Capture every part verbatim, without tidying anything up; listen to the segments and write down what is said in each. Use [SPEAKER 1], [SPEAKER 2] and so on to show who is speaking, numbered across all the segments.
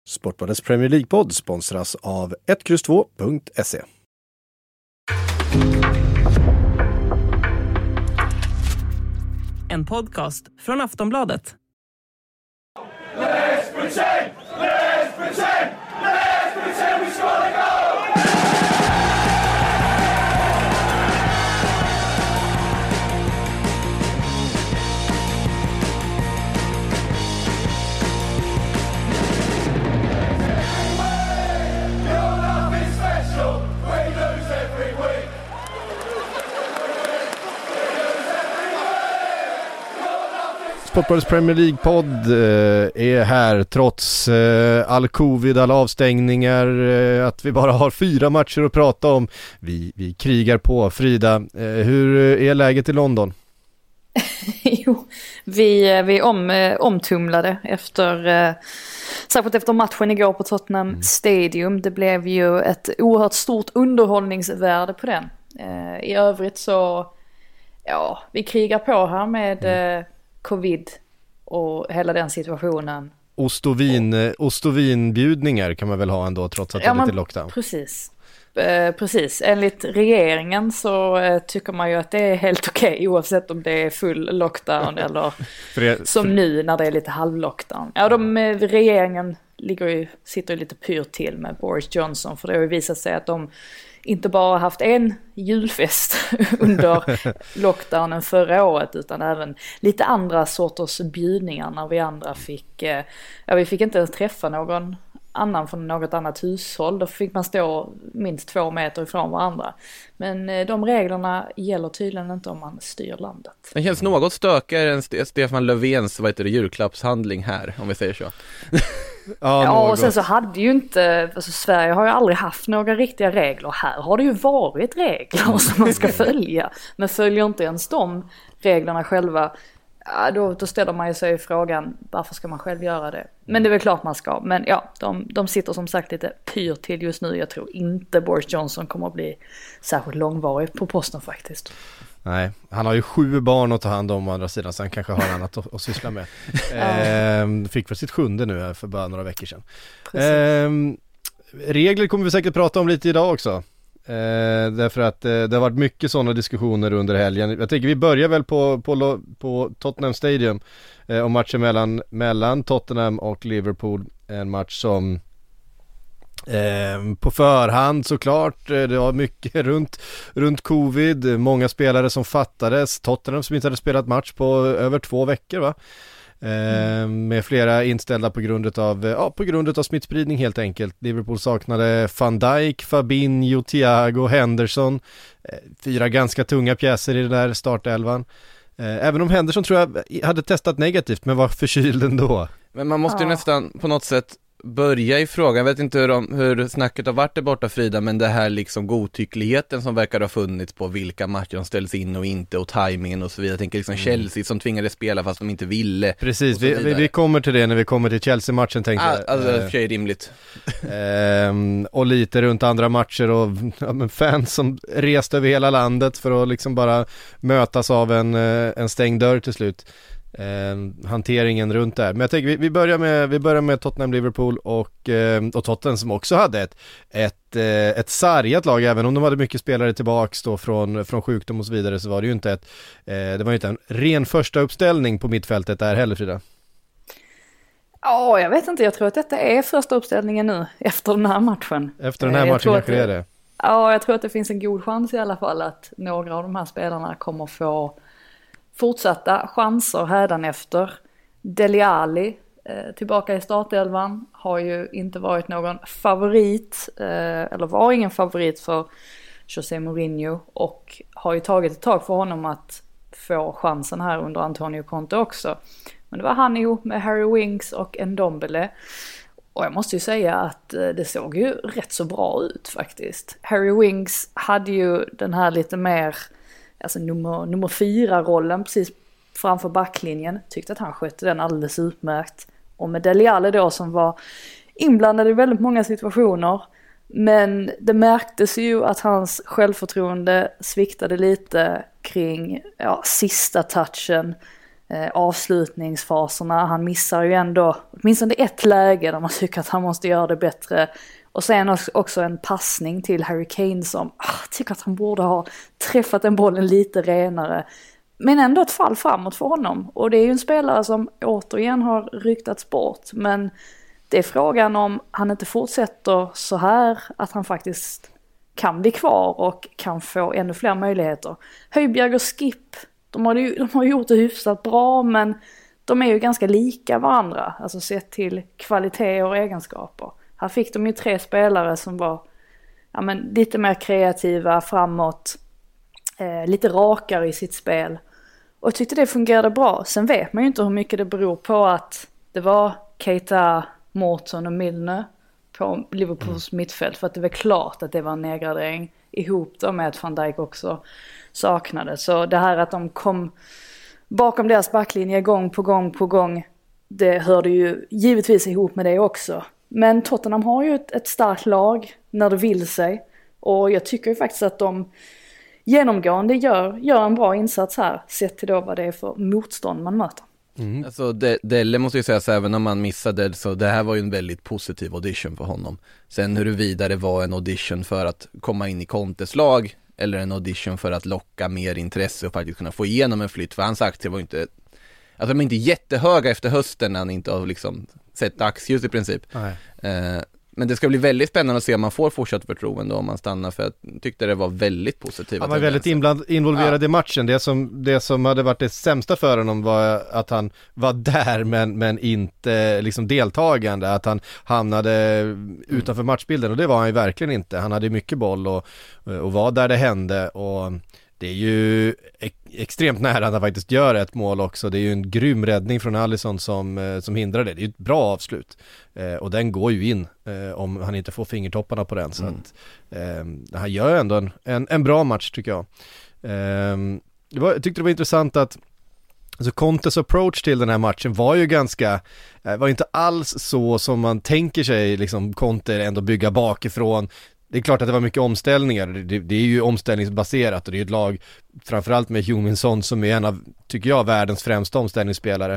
[SPEAKER 1] Sportbladets Premier League-podd sponsras av ett kryss två punkt se.
[SPEAKER 2] En podcast från Aftonbladet.
[SPEAKER 3] Let's pretend! Let's pretend! Let's pretend we score the goal! You're nothing special. We lose every week.
[SPEAKER 1] Sportbladets Premier League-podd eh, är här trots eh, all covid, alla avstängningar, eh, att vi bara har fyra matcher att prata om. Vi, vi krigar på. Frida, eh, hur är läget i London?
[SPEAKER 4] Jo, vi, vi är om, eh, omtumlade efter, eh, särskilt efter matchen igår på Tottenham mm. Stadium. Det blev ju ett oerhört stort underhållningsvärde på den. Eh, I övrigt så, ja, vi krigar på här med mm. eh, covid och hela den situationen.
[SPEAKER 1] Ost och vin, och, ost och vinbjudningar kan man väl ha ändå trots att ja, det är lite lockdown.
[SPEAKER 4] Precis. Eh, precis, enligt regeringen så eh, tycker man ju att det är helt okej okay, oavsett om det är full lockdown eller er, som för... nu när det är lite halvlockdown. Ja, de, eh, regeringen ligger ju, sitter ju lite pyrt till med Boris Johnson, för det har ju visat sig att de inte bara haft en julfest under lockdownen förra året utan även lite andra sorters bjudningar när vi andra fick, eh, ja, vi fick inte ens träffa någon annan från något annat hushåll. Då fick man stå minst två meter ifrån varandra. Men eh, de reglerna gäller tydligen inte om man styr landet.
[SPEAKER 5] Det känns något stökigare än St- Stefan Löfvens, vad heter det, julklappshandling här, om vi säger så.
[SPEAKER 4] Ja, ja, och sen så hade ju inte, alltså Sverige har ju aldrig haft några riktiga regler. Här har det ju varit regler som man ska följa. Men följer inte ens de reglerna själva, ja, då, då ställer man ju sig frågan, varför ska man själv göra det? Men det är väl klart man ska. Men ja, de, de sitter som sagt lite pyr till just nu. Jag tror inte Boris Johnson kommer att bli särskilt långvarig på posten faktiskt.
[SPEAKER 1] Nej, han har ju sju barn att ta hand om å andra sidan, så han kanske har annat att, att syssla med. ehm, fick väl sitt sjunde nu här för bara några veckor sedan. Ehm, regler kommer vi säkert prata om lite idag också. Ehm, därför att eh, det har varit mycket sådana diskussioner under helgen. Jag tänker vi börjar väl på, på, på Tottenham Stadium eh, och matchen mellan, mellan Tottenham och Liverpool. En match som Eh, på förhand såklart, eh, det var mycket runt, runt covid, många spelare som fattades, Tottenham som inte hade spelat match på över två veckor va? Eh, mm. Med flera inställda på grund av, ja, på grund av smittspridning helt enkelt. Liverpool saknade Van Dijk, Fabinho, Thiago, Henderson, eh, fyra ganska tunga pjäser i den där startelvan. Eh, även om Henderson tror jag hade testat negativt men var förkyld ändå.
[SPEAKER 5] Men man måste ju ja. nästan på något sätt börja i frågan, jag vet inte hur, de, hur snacket har varit där borta Frida, men det här liksom godtyckligheten som verkar ha funnits på vilka matcher de ställs in och inte och timingen och så vidare. Jag tänker liksom mm. Chelsea som tvingade spela fast de inte ville.
[SPEAKER 1] Precis, vi, vi, vi kommer till det när vi kommer till Chelsea-matchen tänkte
[SPEAKER 5] ah,
[SPEAKER 1] jag.
[SPEAKER 5] Alltså det är för rimligt.
[SPEAKER 1] ehm, och lite runt andra matcher och ja, men fans som reste över hela landet för att liksom bara mötas av en, en stängd dörr till slut. Eh, hanteringen runt där. Men jag tänker vi, vi börjar med vi börjar med Tottenham Liverpool och eh, och Tottenham som också hade ett ett eh, ett sargat lag, även om de hade mycket spelare tillbaks då från från sjukdom och så vidare, så var det ju inte ett eh, det var ju inte en ren första uppställning på mittfältet där heller, Frida.
[SPEAKER 4] Ja, jag vet inte, jag tror att detta är första uppställningen nu efter den här matchen.
[SPEAKER 1] Efter den här
[SPEAKER 4] jag
[SPEAKER 1] matchen kanske det är det.
[SPEAKER 4] Ja, jag tror att det finns en god chans i alla fall att några av de här spelarna kommer få fortsatta chanser hädanefter. Dele Alli eh, tillbaka i startelvan har ju inte varit någon favorit eh, eller var ingen favorit för José Mourinho, och har ju tagit ett tag för honom att få chansen här under Antonio Conte också. Men det var han ihop med Harry Winks och Ndombele. Och jag måste ju säga att eh, det såg ju rätt så bra ut faktiskt. Harry Winks hade ju den här lite mer, alltså nummer, nummer fyra rollen precis framför backlinjen. Tyckte att han skötte den alldeles utmärkt. Och med Dele Alli då som var inblandad i väldigt många situationer. Men det märktes ju att hans självförtroende sviktade lite kring ja, sista touchen. eh, avslutningsfaserna. Han missar ju ändå åtminstone ett läge där man tycker att han måste göra det bättre. Och sen också en passning till Harry Kane som ah, tycker att han borde ha träffat den bollen lite renare. Men ändå ett fall framåt för honom. Och det är ju en spelare som återigen har ryktats bort. Men det är frågan om han inte fortsätter så här att han faktiskt kan bli kvar och kan få ännu fler möjligheter. Højbjerg och Skip, de har, ju, de har gjort det hyfsat bra, men de är ju ganska lika varandra. Alltså sett till kvalitet och egenskaper. Här fick de ju tre spelare som var ja, men, lite mer kreativa, framåt, eh, lite rakare i sitt spel. Och jag tyckte det fungerade bra. Sen vet man ju inte hur mycket det beror på att det var Keita, Morton och Milner på Liverpools mm. mittfält. För att det var klart att det var en nedgradering ihop då med att Van Dijk också saknade. Så det här att de kom bakom deras backlinje gång på gång på gång, det hörde ju givetvis ihop med det också. Men Tottenham har ju ett, ett starkt lag när det vill sig. Och jag tycker ju faktiskt att de genomgående gör, gör en bra insats här. Sett till då vad det är för motstånd man möter.
[SPEAKER 5] Mm. Alltså De- Dele måste ju säga så, även om man missade, så det här var ju en väldigt positiv audition för honom. Sen huruvida det var en audition för att komma in i Contes lag eller en audition för att locka mer intresse och faktiskt kunna få igenom en flytt. För hans aktier var ju inte, alltså de är inte jättehöga efter hösten när han inte har liksom sett dagsljus i princip. Eh, men det ska bli väldigt spännande att se om man får fortsatt förtroende om man stannar, för jag tyckte det var väldigt positivt.
[SPEAKER 1] Han var väldigt inbland, involverad ja. i matchen. Det som, det som hade varit det sämsta för honom var att han var där men, men inte liksom deltagande, att han hamnade mm. utanför matchbilden, och det var han ju verkligen inte. Han hade mycket boll och, och var där det hände, och det är ju extremt nära att han faktiskt gör ett mål också. Det är ju en grym räddning från Alisson som, som hindrar det. Det är ju ett bra avslut. Eh, och den går ju in eh, om han inte får fingertopparna på den. Så mm. att, eh, han gör ändå en, en, en bra match tycker jag. Eh, det var, jag tyckte det var intressant att alltså Contes approach till den här matchen var ju ganska, var inte alls så som man tänker sig liksom Conte ändå bygga bakifrån. Det är klart att det var mycket omställningar, det, det är ju omställningsbaserat, och det är ett lag framförallt med Huminson som är en av, tycker jag, världens främsta omställningsspelare.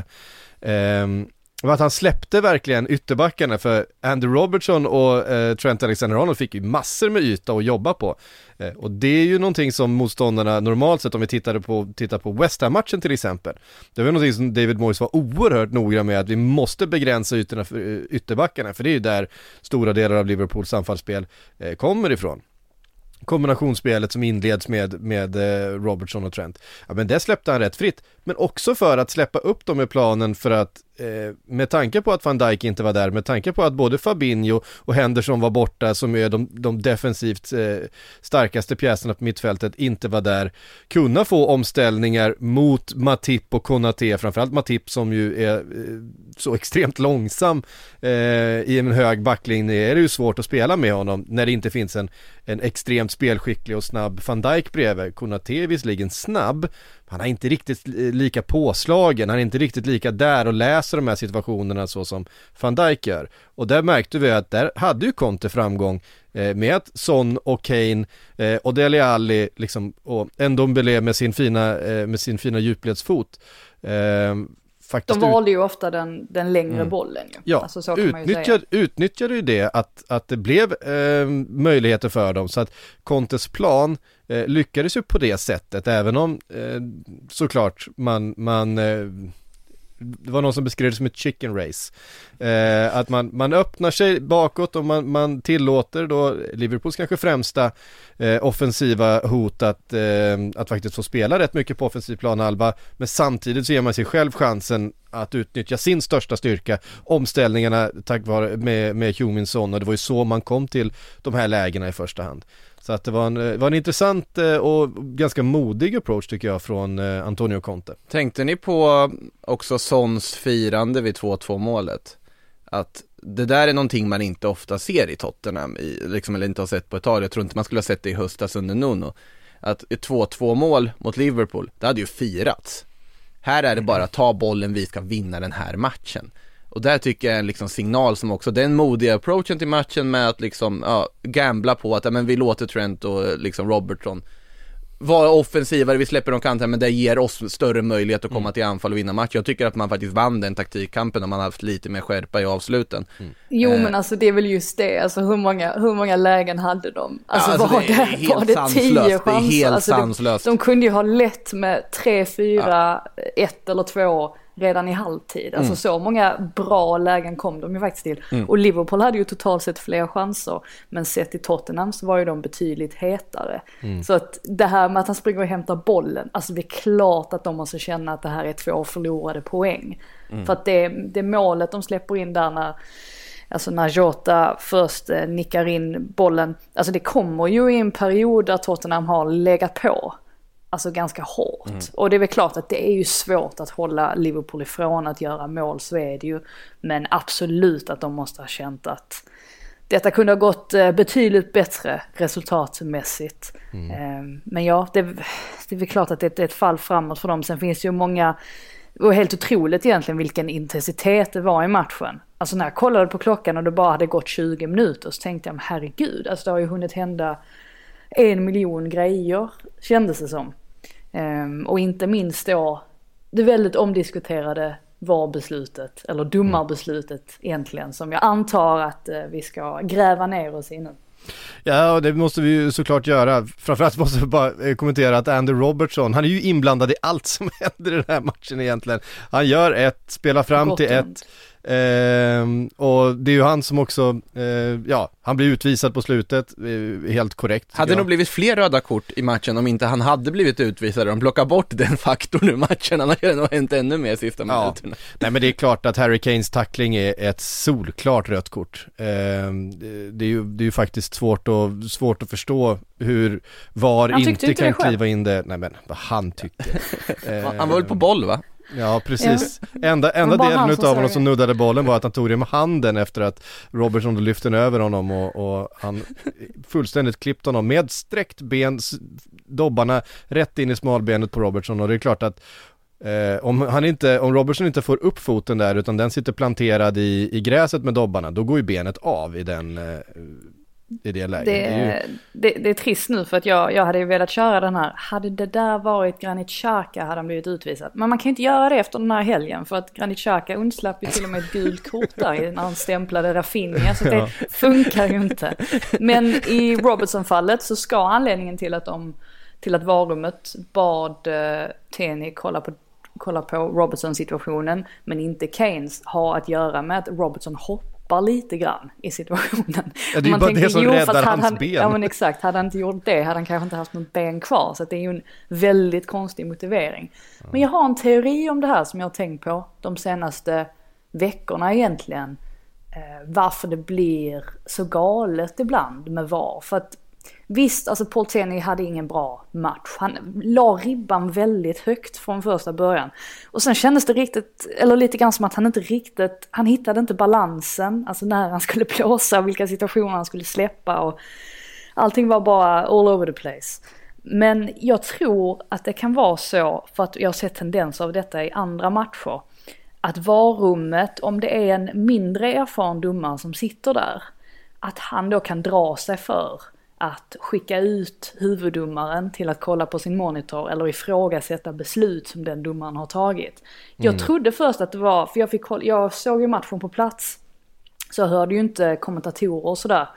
[SPEAKER 1] Ehm, och att han släppte verkligen ytterbackarna, för Andy Robertson och eh, Trent Alexander-Arnold fick ju massor med yta att jobba på. Eh, och det är ju någonting som motståndarna normalt sett, om vi tittade på, tittar på West Ham-matchen till exempel, det var någonting som David Moyes var oerhört noga med, att vi måste begränsa ytorna för ytterbackarna, för det är ju där stora delar av Liverpools anfallsspel eh, kommer ifrån. Kombinationsspelet som inleds med, med eh, Robertson och Trent. Ja, men det släppte han rätt fritt. Men också för att släppa upp dem i planen, för att eh, med tanke på att Van Dijk inte var där, med tanke på att både Fabinho och Henderson var borta, som är de, de defensivt eh, starkaste pjäserna på mittfältet, inte var där, kunna få omställningar mot Matip och Konaté, framförallt Matip som ju är eh, så extremt långsam eh, i en hög backlinje, är det ju svårt att spela med honom när det inte finns en, en extremt spelskicklig och snabb Van Dijk bredvid. Konaté är visserligen snabb, han är inte riktigt lika påslagen, han är inte riktigt lika där och läser de här situationerna så som Van Dijk gör. Och där märkte vi att där hade ju Conte framgång eh, med att Son och Kane eh, och Dele Alli liksom, och Ndombele med sin fina, eh, med sin fina djupledsfot. Eh, faktiskt
[SPEAKER 4] de valde
[SPEAKER 1] ut...
[SPEAKER 4] ju ofta den, den längre mm. bollen ju.
[SPEAKER 1] Ja,
[SPEAKER 4] alltså, så kan
[SPEAKER 1] utnyttjade,
[SPEAKER 4] man ju säga.
[SPEAKER 1] utnyttjade ju det att, att det blev eh, möjligheter för dem, så att Contes plan eh, lyckades ju på det sättet, även om eh, såklart man, man eh, det var någon som beskrev det som ett chicken race, eh, att man, man öppnar sig bakåt och man, man tillåter då Liverpools kanske främsta eh, offensiva hot att, eh, att faktiskt få spela rätt mycket på offensiv planhalva, men samtidigt så ger man sig själv chansen att utnyttja sin största styrka, omställningarna tack vare med, med Huminson, och det var ju så man kom till de här lägena i första hand. Så att det var en, var en intressant och ganska modig approach tycker jag från Antonio Conte.
[SPEAKER 5] Tänkte ni på också Sons firande vid två två målet? Att det där är någonting man inte ofta ser i Tottenham, i, liksom, eller inte har sett på ett tag. Jag tror inte man skulle ha sett det i höstas under Nuno. Att ett två två mål mot Liverpool, det hade ju firats. Här är det bara ta bollen, vi ska vinna den här matchen. Och där tycker jag är en liksom signal som också, den modiga approachen till matchen med att liksom, ja, gambla på att ja, men vi låter Trent och liksom Robertson vara offensivare, vi släpper de kanterna, men det ger oss större möjlighet att komma mm. till anfall och vinna match. Jag tycker att man faktiskt vann den taktikkampen om man haft lite mer skärpa i avsluten.
[SPEAKER 4] Mm. Jo, eh. men alltså det är väl just det. Alltså hur många, hur många lägen hade de? Alltså,
[SPEAKER 5] ja, alltså
[SPEAKER 4] var
[SPEAKER 5] det, är
[SPEAKER 4] det, var det tio chanser?
[SPEAKER 5] Det är helt
[SPEAKER 4] alltså,
[SPEAKER 5] sanslöst.
[SPEAKER 4] De, de kunde ju ha lätt med tre, fyra, ja. ett eller två redan i halvtid. Alltså mm. så många bra lägen kom de ju faktiskt till. Mm. Och Liverpool hade ju totalt sett fler chanser. Men sett i Tottenham så var ju de betydligt hetare. Mm. Så att det här med att han springer och hämtar bollen. Alltså det är klart att de måste känna att det här är två förlorade poäng. Mm. För att det, det målet de släpper in där när, alltså när Jota först eh, nickar in bollen. Alltså det kommer ju i en period där Tottenham har legat på. Alltså ganska hårt. Mm. Och det är väl klart att det är ju svårt att hålla Liverpool ifrån att göra mål, så är det ju. Men absolut att de måste ha känt att detta kunde ha gått betydligt bättre resultatmässigt. Mm. Men ja, det, det är väl klart att det är ett fall framåt för dem. Sen finns det ju många, det var helt otroligt egentligen vilken intensitet det var i matchen. Alltså när jag kollade på klockan och det bara hade gått tjugo minuter så tänkte jag, herregud, alltså det har ju hunnit hända en miljon grejer, kändes det som. Um, och inte minst då det väldigt omdiskuterade VAR-beslutet, eller domarbeslutet egentligen, som jag antar att uh, vi ska gräva ner oss i nu.
[SPEAKER 1] Ja, och det måste vi ju såklart göra. Framförallt måste vi bara kommentera att Andy Robertson, han är ju inblandad i allt som händer i den här matchen egentligen. Han gör ett, spelar fram Gott till ett. Eh, och det är ju han som också eh, ja, han blir utvisad på slutet, eh, helt korrekt.
[SPEAKER 5] Hade det nog blivit fler röda kort i matchen om inte han hade blivit utvisad. De plockar bort den faktorn ur matchen. Han hade nog hänt ännu mer sista
[SPEAKER 1] ja.
[SPEAKER 5] minuterna.
[SPEAKER 1] Nej, men det är klart att Harry Kanes tackling är ett solklart rött kort. eh, det, är ju, det är ju faktiskt svårt att, svårt att förstå hur VAR inte, inte kan kliva in det. Nej, men vad han tyckte.
[SPEAKER 5] eh, han var väl på boll, va?
[SPEAKER 1] Ja, precis. Ja. Enda, enda delen utav honom som nuddade bollen var att han tog det med handen efter att Robertson då lyfte över honom och, och han fullständigt klippte honom med sträckt ben, dobbarna rätt in i smalbenet på Robertson. Och det är klart att eh, om, han inte, om Robertson inte får upp foten där utan den sitter planterad i, i gräset med dobbarna, då går ju benet av i den eh, i det läget.
[SPEAKER 4] Det,
[SPEAKER 1] det, är ju...
[SPEAKER 4] det, det är trist nu för att jag, jag hade ju velat köra den här. Hade det där varit Granit Xhaka hade han blivit utvisad. Men man kan ju inte göra det efter den här helgen för att Granit Xhaka undslapp ju till och med ett gult kort där när han stämplade Rafinha, så det ja. funkar ju inte. Men i Robertson-fallet så ska anledningen till att de till att varummet bad uh, Teni kolla på kolla på Robertson-situationen men inte Kanes har att göra med att Robertson hoppar lite grann i situationen.
[SPEAKER 1] Ja, det är ju bara det som jo, räddar hans
[SPEAKER 4] han,
[SPEAKER 1] ben.
[SPEAKER 4] Ja, men exakt. Hade han inte gjort det hade han kanske inte haft något ben kvar. Så att det är ju en väldigt konstig motivering. Ja. Men jag har en teori om det här som jag har tänkt på de senaste veckorna egentligen. Eh, varför det blir så galet ibland med V A R. För att visst, alltså Paul Teni hade ingen bra match. Han la ribban väldigt högt från första början. Och sen kändes det riktigt, eller lite grann som att han inte riktigt, han hittade inte balansen. Alltså när han skulle blåsa, vilka situationer han skulle släppa och allting var bara all over the place. Men jag tror att det kan vara så, för att jag har sett tendenser av detta i andra matcher, att varummet, om det är en mindre erfaren domare som sitter där, att han då kan dra sig för att skicka ut huvuddomaren till att kolla på sin monitor eller ifrågasätta beslut som den domaren har tagit. Jag mm. trodde först att det var, för jag, fick, jag såg ju matchen på plats, så jag hörde ju inte kommentatorer och sådär.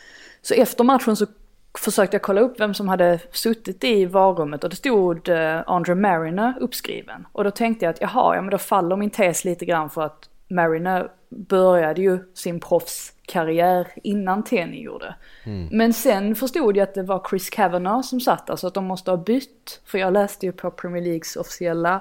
[SPEAKER 4] Så efter matchen så försökte jag kolla upp vem som hade suttit i varummet och det stod uh, Andre Mariner uppskriven. Och då tänkte jag att jaha, ja men då faller min tes lite grann för att Mariner började ju sin proffskarriär innan Teni gjorde. Mm. Men sen förstod jag att det var Chris Kavanagh som satt där, så att de måste ha bytt. För jag läste ju på Premier Leagues officiella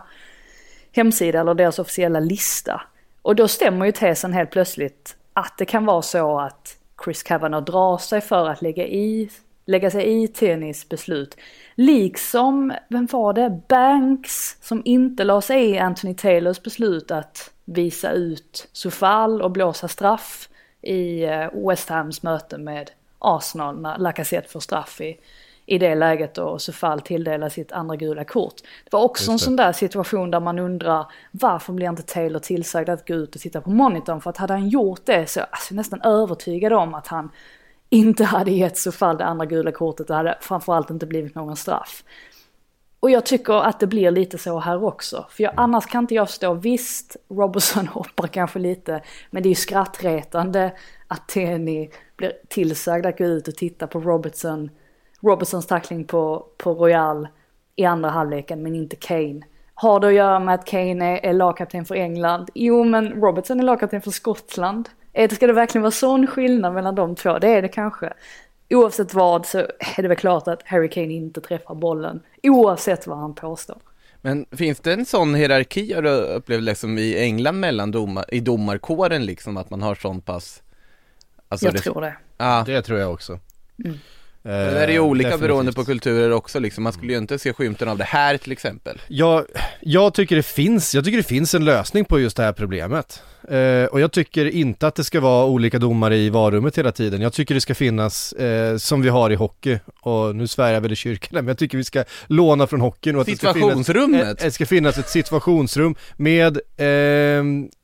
[SPEAKER 4] hemsida eller deras officiella lista. Och då stämmer ju tesen helt plötsligt att det kan vara så att Chris Kavanagh drar sig för att lägga, i, lägga sig i Tenis beslut. Liksom, vem var det? Banks som inte la sig i Anthony Taylors beslut att visa ut Sofal och blåsa straff i West Hams möte med Arsenal när Lacazette får straff i, i det läget och Sofal tilldelar sitt andra gula kort. Det var också en sån där situation där man undrar varför blir inte Taylor tillsagd att gå ut och titta på monitorn, för att hade han gjort det så alltså, nästan övertygad om att han inte hade gett så fall det andra gula kortet, det hade framförallt inte blivit någon straff. Och jag tycker att det blir lite så här också. För jag, annars kan inte jag förstå, visst Robertson hoppar kanske lite, men det är ju skrattretande att Tierney blir tillsagd att gå ut och titta på Robertson, Robertsons tackling på, på Royal i andra halvleken, men inte Kane. Har det att göra med att Kane är, är lagkapten för England? Jo, men Robertson är lagkapten för Skottland. Är det, ska det verkligen vara sån skillnad mellan de två? Det är det kanske. Oavsett vad så är det väl klart att Harry Kane inte träffar bollen, oavsett vad han påstår.
[SPEAKER 5] Men finns det en sån hierarki har du upplevt liksom i England mellan domar, i domarkåren liksom, att man har sån pass? Alltså
[SPEAKER 4] jag
[SPEAKER 5] det,
[SPEAKER 4] tror det.
[SPEAKER 5] Ja.
[SPEAKER 1] Det tror jag också.
[SPEAKER 4] Mm.
[SPEAKER 5] Det är ju olika
[SPEAKER 1] Definitivt.
[SPEAKER 5] beroende på kulturer också liksom. Man skulle ju inte se skymten av det här till exempel.
[SPEAKER 1] Jag, jag, tycker det finns, jag tycker det finns en lösning på just det här problemet. Eh, och jag tycker inte att det ska vara olika domare i varummet hela tiden. Jag tycker det ska finnas, eh, som vi har i hockey, och nu svär jag väl i kyrkan, men jag tycker vi ska låna från hockeyn. Och att
[SPEAKER 5] Situationsrummet?
[SPEAKER 1] Det ska, finnas, det ska finnas ett situationsrum med eh,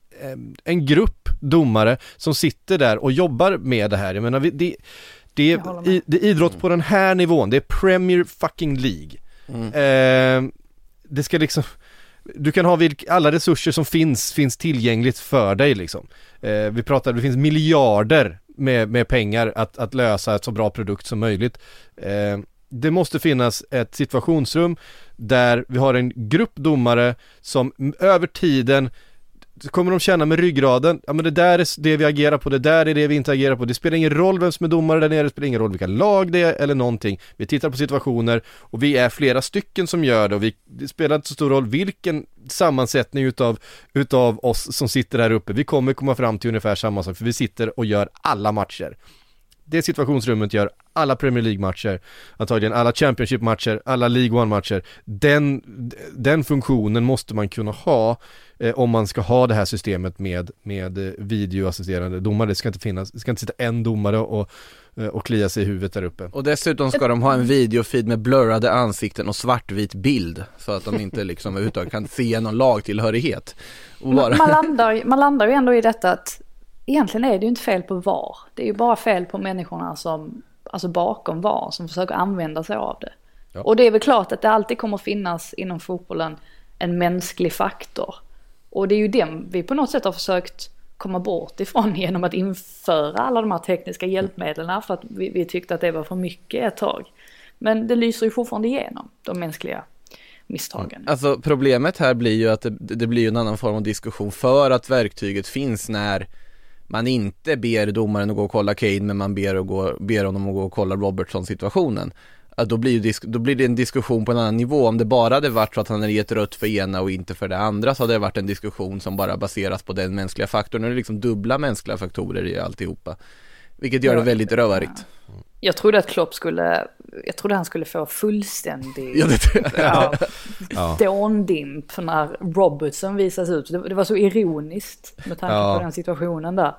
[SPEAKER 1] en grupp domare som sitter där och jobbar med det här. Jag menar, vi, det Det är, i, det är idrott på den här nivån. Det är Premier fucking League. Mm. Eh, det ska liksom, du kan ha vilk, alla resurser som finns finns tillgängligt för dig liksom. Eh, vi pratar, det finns miljarder med, med pengar att, att lösa ett så bra produkt som möjligt. Eh, det måste finnas ett situationsrum där vi har en grupp domare som över tiden kommer de känna med ryggraden, ja men det där är det vi agerar på, det där är det vi inte agerar på. Det spelar ingen roll vem som är domare där nere, det spelar ingen roll vilka lag det är eller någonting. Vi tittar på situationer och vi är flera stycken som gör det, och vi, det spelar inte så stor roll vilken sammansättning utav, utav oss som sitter här uppe. Vi kommer komma fram till ungefär samma sak, för vi sitter och gör alla matcher. Det situationsrummet gör alla Premier League-matcher, antagligen alla Championship-matcher, alla League One-matcher. Den, den funktionen måste man kunna ha eh, om man ska ha det här systemet med, med eh, videoassisterande domare. Det ska inte finnas, det ska inte sitta en domare och, eh, och klia sig i huvudet där uppe.
[SPEAKER 5] Och dessutom ska de ha en videofeed med blurrade ansikten och svartvit bild, så att de inte liksom överhuvudtaget kan se någon lagtillhörighet. Och bara...
[SPEAKER 4] man, landar, man landar ju ändå i detta att egentligen är det ju inte fel på V A R. Det är ju bara fel på människorna som, alltså bakom V A R, som försöker använda sig av det. Ja. Och det är väl klart att det alltid kommer finnas inom fotbollen en mänsklig faktor. Och det är ju den vi på något sätt har försökt komma bort ifrån genom att införa alla de här tekniska hjälpmedlen, för att vi, vi tyckte att det var för mycket ett tag. Men det lyser ju fortfarande igenom, de mänskliga misstagen.
[SPEAKER 5] Alltså problemet här blir ju att det, det blir ju en annan form av diskussion för att verktyget finns när man inte ber domaren att gå och kolla Kane, men man ber, att gå, ber honom att gå och kolla Robertson-situationen. Att då, blir ju disk, då blir det en diskussion på en annan nivå. Om det bara hade varit så att han hade gett rött för ena och inte för det andra, så hade det varit en diskussion som bara baseras på den mänskliga faktorn. Nu är det liksom dubbla mänskliga faktorer i alltihopa, vilket gör det väldigt rövarigt.
[SPEAKER 4] Jag trodde att Klopp skulle, jag trodde han skulle få fullständig
[SPEAKER 5] ja, det tror jag.
[SPEAKER 4] Ja, dåndimp när Robertson visas ut. Det, det var så ironiskt med tanke ja. på den situationen där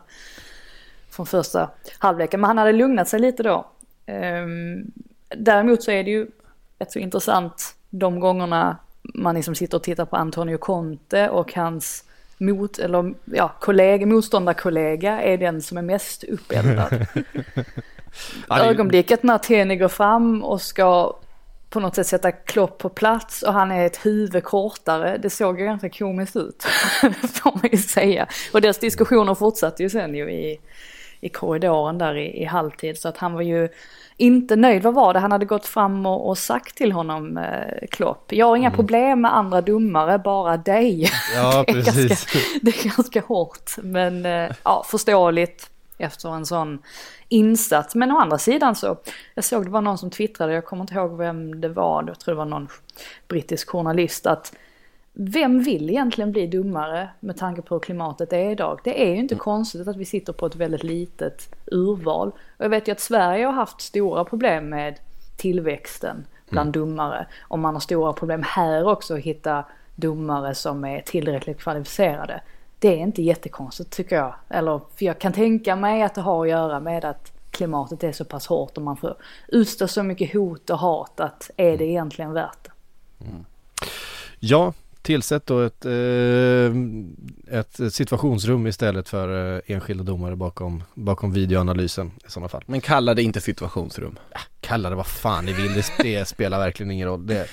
[SPEAKER 4] från första halvleken. Men han hade lugnat sig lite då. Um, däremot så är det ju rätt så intressant de gångerna man liksom sitter och tittar på Antonio Conte och hans mot, eller ja, kollega, motståndarkollega är den som är mest uppeldad. Ögonblicket när Tierney går fram och ska på något sätt sätta Klopp på plats och han är ett huvud kortare, det såg ju ganska komiskt ut, får man ju säga. Och deras diskussioner fortsatte ju sen ju i, i korridoren där i, i halvtid, så att han var ju inte nöjd. Vad var det? Han hade gått fram och, och sagt till honom, eh, Klopp, jag har inga mm. problem med andra domare, bara dig.
[SPEAKER 1] Ja,
[SPEAKER 4] det, är
[SPEAKER 1] precis.
[SPEAKER 4] ganska, det är ganska hårt, men eh, ja, förståeligt efter en sån insats. Men å andra sidan så, jag såg det var någon som twittrade, jag kommer inte ihåg vem det var, jag tror det var någon brittisk journalist, att vem vill egentligen bli domare med tanke på hur klimatet är idag? Det är ju inte konstigt att vi sitter på ett väldigt litet urval. Och jag vet ju att Sverige har haft stora problem med tillväxten bland mm. domare. Och man har stora problem här också att hitta domare som är tillräckligt kvalificerade. Det är inte jättekonstigt tycker jag. Eller, för jag kan tänka mig att det har att göra med att klimatet är så pass hårt och man får utstå så mycket hot och hat, att är det egentligen värt det?
[SPEAKER 1] Mm. Ja, tillsätt då ett, eh, ett situationsrum istället för eh, enskilda domare bakom, bakom videoanalysen i sådana fall.
[SPEAKER 5] Men kalla det inte situationsrum.
[SPEAKER 1] Ja, kalla det vad fan ni vill, det, det spelar verkligen ingen roll. Det,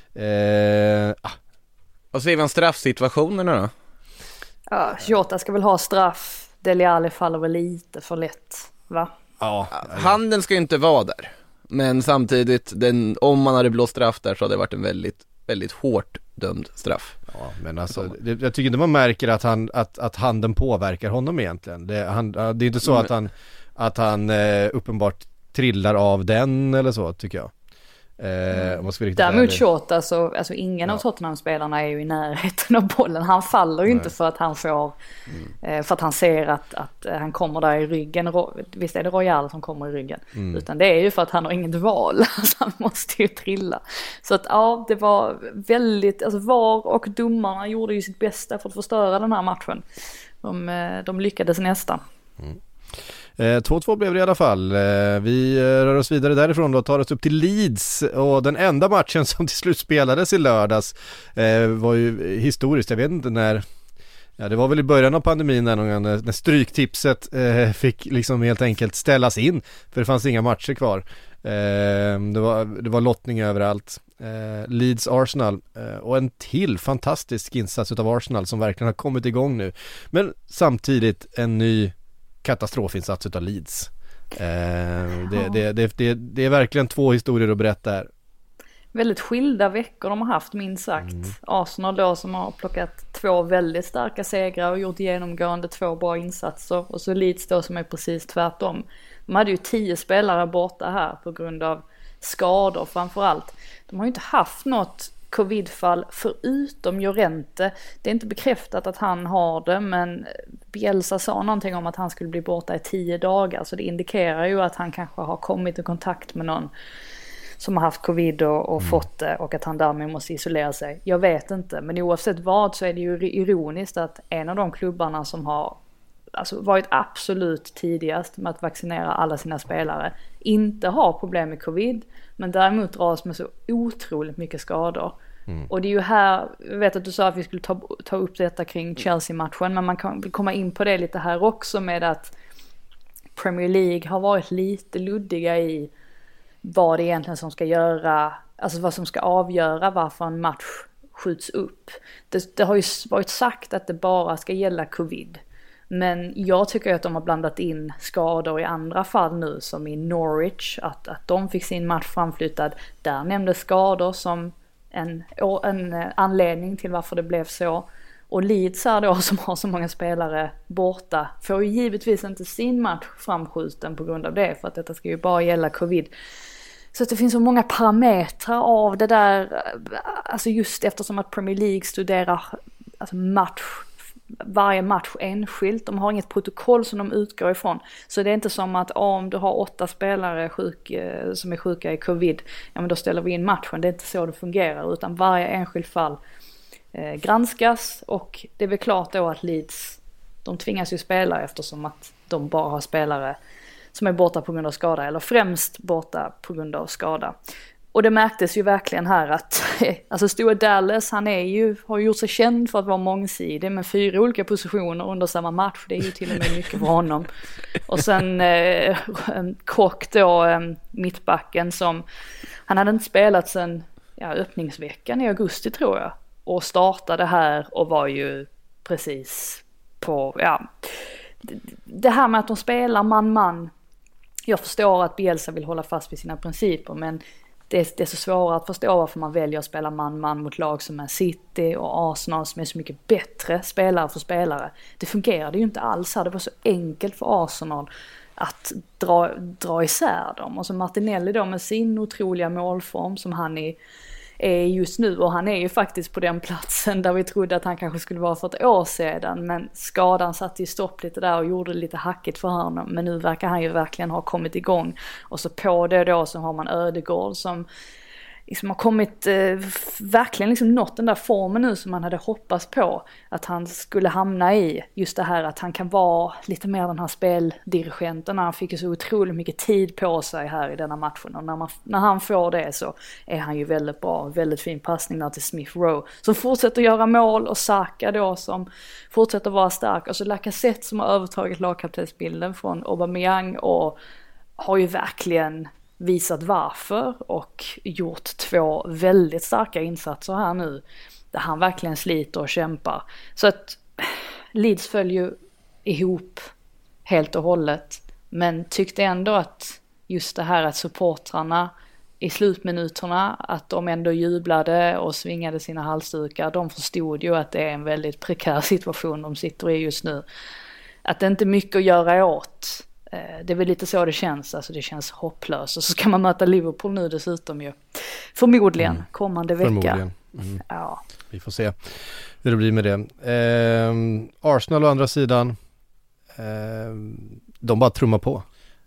[SPEAKER 1] eh, ah.
[SPEAKER 5] Och så är vi en straffsituationerna då?
[SPEAKER 4] Ja, Jota ska väl ha straff. Dele Alli faller väl lite för lätt, va?
[SPEAKER 1] Ja,
[SPEAKER 5] handen ska ju inte vara där. Men samtidigt, den, om man hade blåst straff där så hade det varit en väldigt, väldigt hårt dömd straff.
[SPEAKER 1] Ja, men alltså, det, jag tycker inte man märker att, han, att, att handen påverkar honom egentligen. Det, han, det är inte så mm. att han, att han eh, uppenbart trillar av den eller så, tycker jag. Eh, måste vi
[SPEAKER 4] Däremot Jota, så, alltså ingen ja. av Tottenham-spelarna är ju i närheten av bollen. Han faller ju Nej. inte för att han får mm. eh, för att han ser att, att han kommer där i ryggen. Visst är det Royal som kommer i ryggen, mm. utan det är ju för att han har inget val. Alltså, han måste ju trilla. Så att ja, det var väldigt, alltså V A R och domarna gjorde ju sitt bästa för att förstöra den här matchen. De, de lyckades nästan.
[SPEAKER 1] Mm. två två blev det i alla fall. Vi rör oss vidare därifrån då, tar oss upp till Leeds, och den enda matchen som till slut spelades i lördags var ju historiskt. Jag vet inte när, ja, det var väl i början av pandemin när, någon, när stryktipset fick liksom helt enkelt ställas in, för det fanns inga matcher kvar. Det var, det var lottning överallt. Leeds Arsenal, och en till fantastisk insats av Arsenal som verkligen har kommit igång nu, men samtidigt en ny katastrofinsats utav Leeds. Eh, det, det, det, det, det är verkligen två historier att berätta här.
[SPEAKER 4] Väldigt skilda veckor de har haft, minst sagt. Mm. Arsenal då som har plockat två väldigt starka segrar och gjort genomgående två bra insatser. Och så Leeds då som är precis tvärtom. De hade ju tio spelare borta här på grund av skador framförallt. De har ju inte haft något covidfall förutom Llorente. Det är inte bekräftat att han har det, men Bielsa sa någonting om att han skulle bli borta i tio dagar, så det indikerar ju att han kanske har kommit i kontakt med någon som har haft covid och, och mm. fått det, och att han därmed måste isolera sig. Jag vet inte, men oavsett vad så är det ju ironiskt att en av de klubbarna som har alltså varit absolut tidigast med att vaccinera alla sina spelare inte har problem med covid, men däremot dras med så otroligt mycket skador. Mm. Och det är ju här, jag vet att du sa att vi skulle ta, ta upp detta kring Chelsea-matchen, men man kan komma in på det lite här också med att Premier League har varit lite luddiga i vad det egentligen som ska göra, alltså vad som ska avgöra varför en match skjuts upp. Det, det har ju varit sagt att det bara ska gälla covid. Men jag tycker att de har blandat in skador i andra fall nu, som i Norwich, att, att de fick sin match framflyttad. Där nämndes skador som en, en anledning till varför det blev så. Och Leeds här då, som har så många spelare borta, får ju givetvis inte sin match framskjuten på grund av det, för att detta ska ju bara gälla covid. Så att det finns så många parametrar av det där, alltså just eftersom att Premier League studerar alltså match, varje match enskilt. De har inget protokoll som de utgår ifrån. Så det är inte som att om du har åtta spelare sjuk, som är sjuka i covid, ja men då ställer vi in matchen. Det är inte så det fungerar, utan varje enskilt fall eh, granskas, och det är väl klart då att Leeds, de tvingas ju spela eftersom att de bara har spelare som är borta på grund av skada, eller främst borta på grund av skada. Och det märktes ju verkligen här att alltså Stuart Dallas, han är ju, har gjort sig känd för att vara mångsidig, med fyra olika positioner under samma match. Det är ju till och med mycket för honom. Och sen eh, Kock då, eh, mittbacken, som han hade inte spelat sedan ja, öppningsveckan i augusti tror jag. Och startade här och var ju precis på, ja, det här med att de spelar man-man. Jag förstår att Bielsa vill hålla fast vid sina principer, men det är, det är så svårare att förstå varför man väljer att spela man-man mot lag som är City och Arsenal, som är så mycket bättre spelare för spelare. Det fungerade ju inte alls här. Det var så enkelt för Arsenal att dra, dra isär dem. Och så Martinelli då med sin otroliga målform som han är, är just nu. Och han är ju faktiskt på den platsen där vi trodde att han kanske skulle vara för ett år sedan. Men skadan satte ju stopp lite där och gjorde det lite hackigt för honom. Men nu verkar han ju verkligen ha kommit igång. Och så på det då så har man Ödegård som liksom har kommit, eh, verkligen liksom nått den där formen nu som man hade hoppats på att han skulle hamna i. Just det här att han kan vara lite mer den här speldirigenten. Han fick ju så otroligt mycket tid på sig här i denna matchen. Och när, man, när han får det så är han ju väldigt bra. Väldigt fin passning där till Smith Rowe som fortsätter göra mål, och Saka då som fortsätter vara stark. Och så Lacazette som har övertagit lagkaptensbilden från Aubameyang och har ju verkligen visat varför och gjort två väldigt starka insatser här nu där han verkligen sliter och kämpar. Så att Leeds följer ju ihop helt och hållet, men tyckte ändå att just det här att supportrarna i slutminuterna, att de ändå jublade och svingade sina halsdukar, de förstod ju att det är en väldigt prekär situation de sitter i just nu. Att det inte är mycket att göra åt. Det är väl lite så det känns, alltså det känns hopplöst. Och så ska man möta Liverpool nu dessutom ju. Förmodligen mm. kommande vecka.
[SPEAKER 1] Förmodligen. Mm.
[SPEAKER 4] Ja.
[SPEAKER 1] Vi får se hur det blir med det. Eh, Arsenal å andra sidan, eh, de bara trummar på.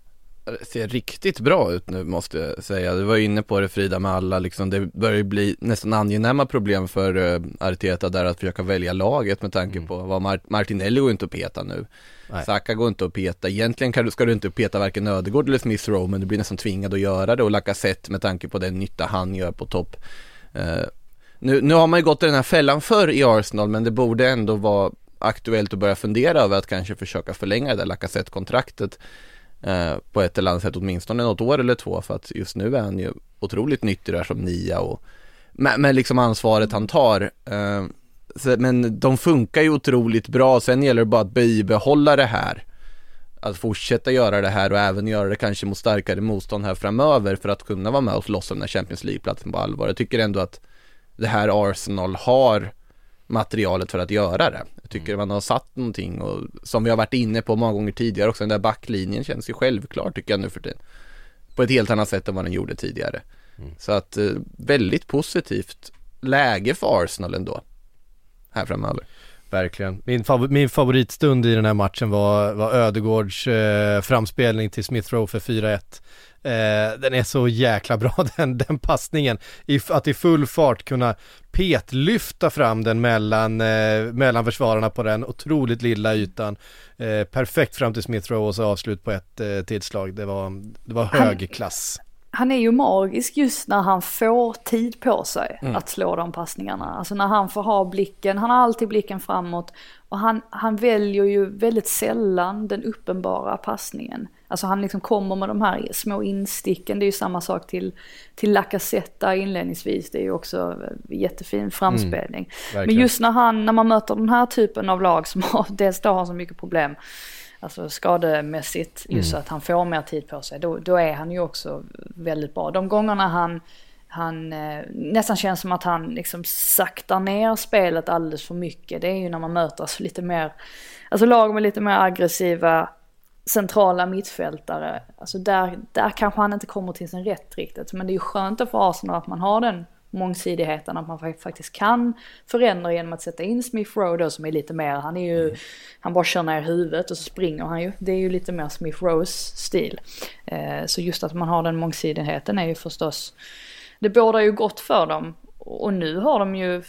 [SPEAKER 5] Det ser riktigt bra ut nu, måste jag säga. Du var inne på det, Frida, med alla liksom, det börjar bli nästan angenäma problem för uh, Arteta där att försöka välja laget med tanke mm. på vad Mar- Martinelli går inte att peta nu. Nej. Saka går inte att peta. Egentligen kan du, ska du inte peta varken Ödegaard eller Smith Rowe, men du blir nästan tvingad att göra det, och Lacazette med tanke på den nytta han gör på topp. Uh, nu, nu har man ju gått i den här fällan förr i Arsenal, men det borde ändå vara aktuellt att börja fundera över att kanske försöka förlänga det där Lacazette-kontraktet Eh, på ett eller annat sätt, åtminstone något år eller två, för att just nu är han ju otroligt nyttig där som nia och med, med liksom ansvaret han tar, eh, så, men de funkar ju otroligt bra. Sen gäller det bara att bibehålla det här, att fortsätta göra det här och även göra det kanske mot starkare motstånd här framöver för att kunna vara med och slåss om den här Champions League-platsen på allvar. Jag tycker ändå att det här Arsenal har materialet för att göra det. Jag tycker man har satt någonting, och som vi har varit inne på många gånger tidigare också, den där backlinjen känns ju självklart, tycker jag nu för tiden, på ett helt annat sätt än vad den gjorde tidigare. Mm. Så att eh, väldigt positivt läge för Arsenal ändå här framöver.
[SPEAKER 1] Verkligen. Min, fav- min favoritstund i den här matchen var, var Ödegaards eh, framspelning till Smith Rowe för fyra ett. Eh, den är så jäkla bra, den, den passningen. I, att i full fart kunna petlyfta fram den mellan, eh, mellan försvararna på den otroligt lilla ytan. Eh, perfekt fram till Smith Rowe och så avslut på ett eh, tillslag. Det var, det var hög klass.
[SPEAKER 4] Han är ju magisk just när han får tid på sig mm. att slå de passningarna. Alltså när han får ha blicken, han har alltid blicken framåt, och han, han väljer ju väldigt sällan den uppenbara passningen. Alltså han liksom kommer med de här små insticken. Det är ju samma sak till, till Lacazette inledningsvis. Det är ju också jättefin framspelning. Mm, men just när, han, när man möter den här typen av lag som har, dels då har så mycket problem, alltså skademässigt, just mm. att han får mer tid på sig, då, då är han ju också väldigt bra. De gångerna han, han eh, nästan känns som att han liksom saktar ner spelet alldeles för mycket, det är ju när man möter alltså lite mer, alltså lag med lite mer aggressiva centrala mittfältare. Alltså där, där kanske han inte kommer till sin rätt riktigt, men det är ju skönt för Arsenal att man har den mångsidigheten, att man faktiskt kan förändra genom att sätta in Smith Rowe då, som är lite mer, han är ju, mm. han bara kör ner huvudet och så springer han ju, det är ju lite mer Smith Rowes stil. Eh, så just att man har den mångsidigheten är ju förstås, det bådar ju gott för dem, och nu har de ju,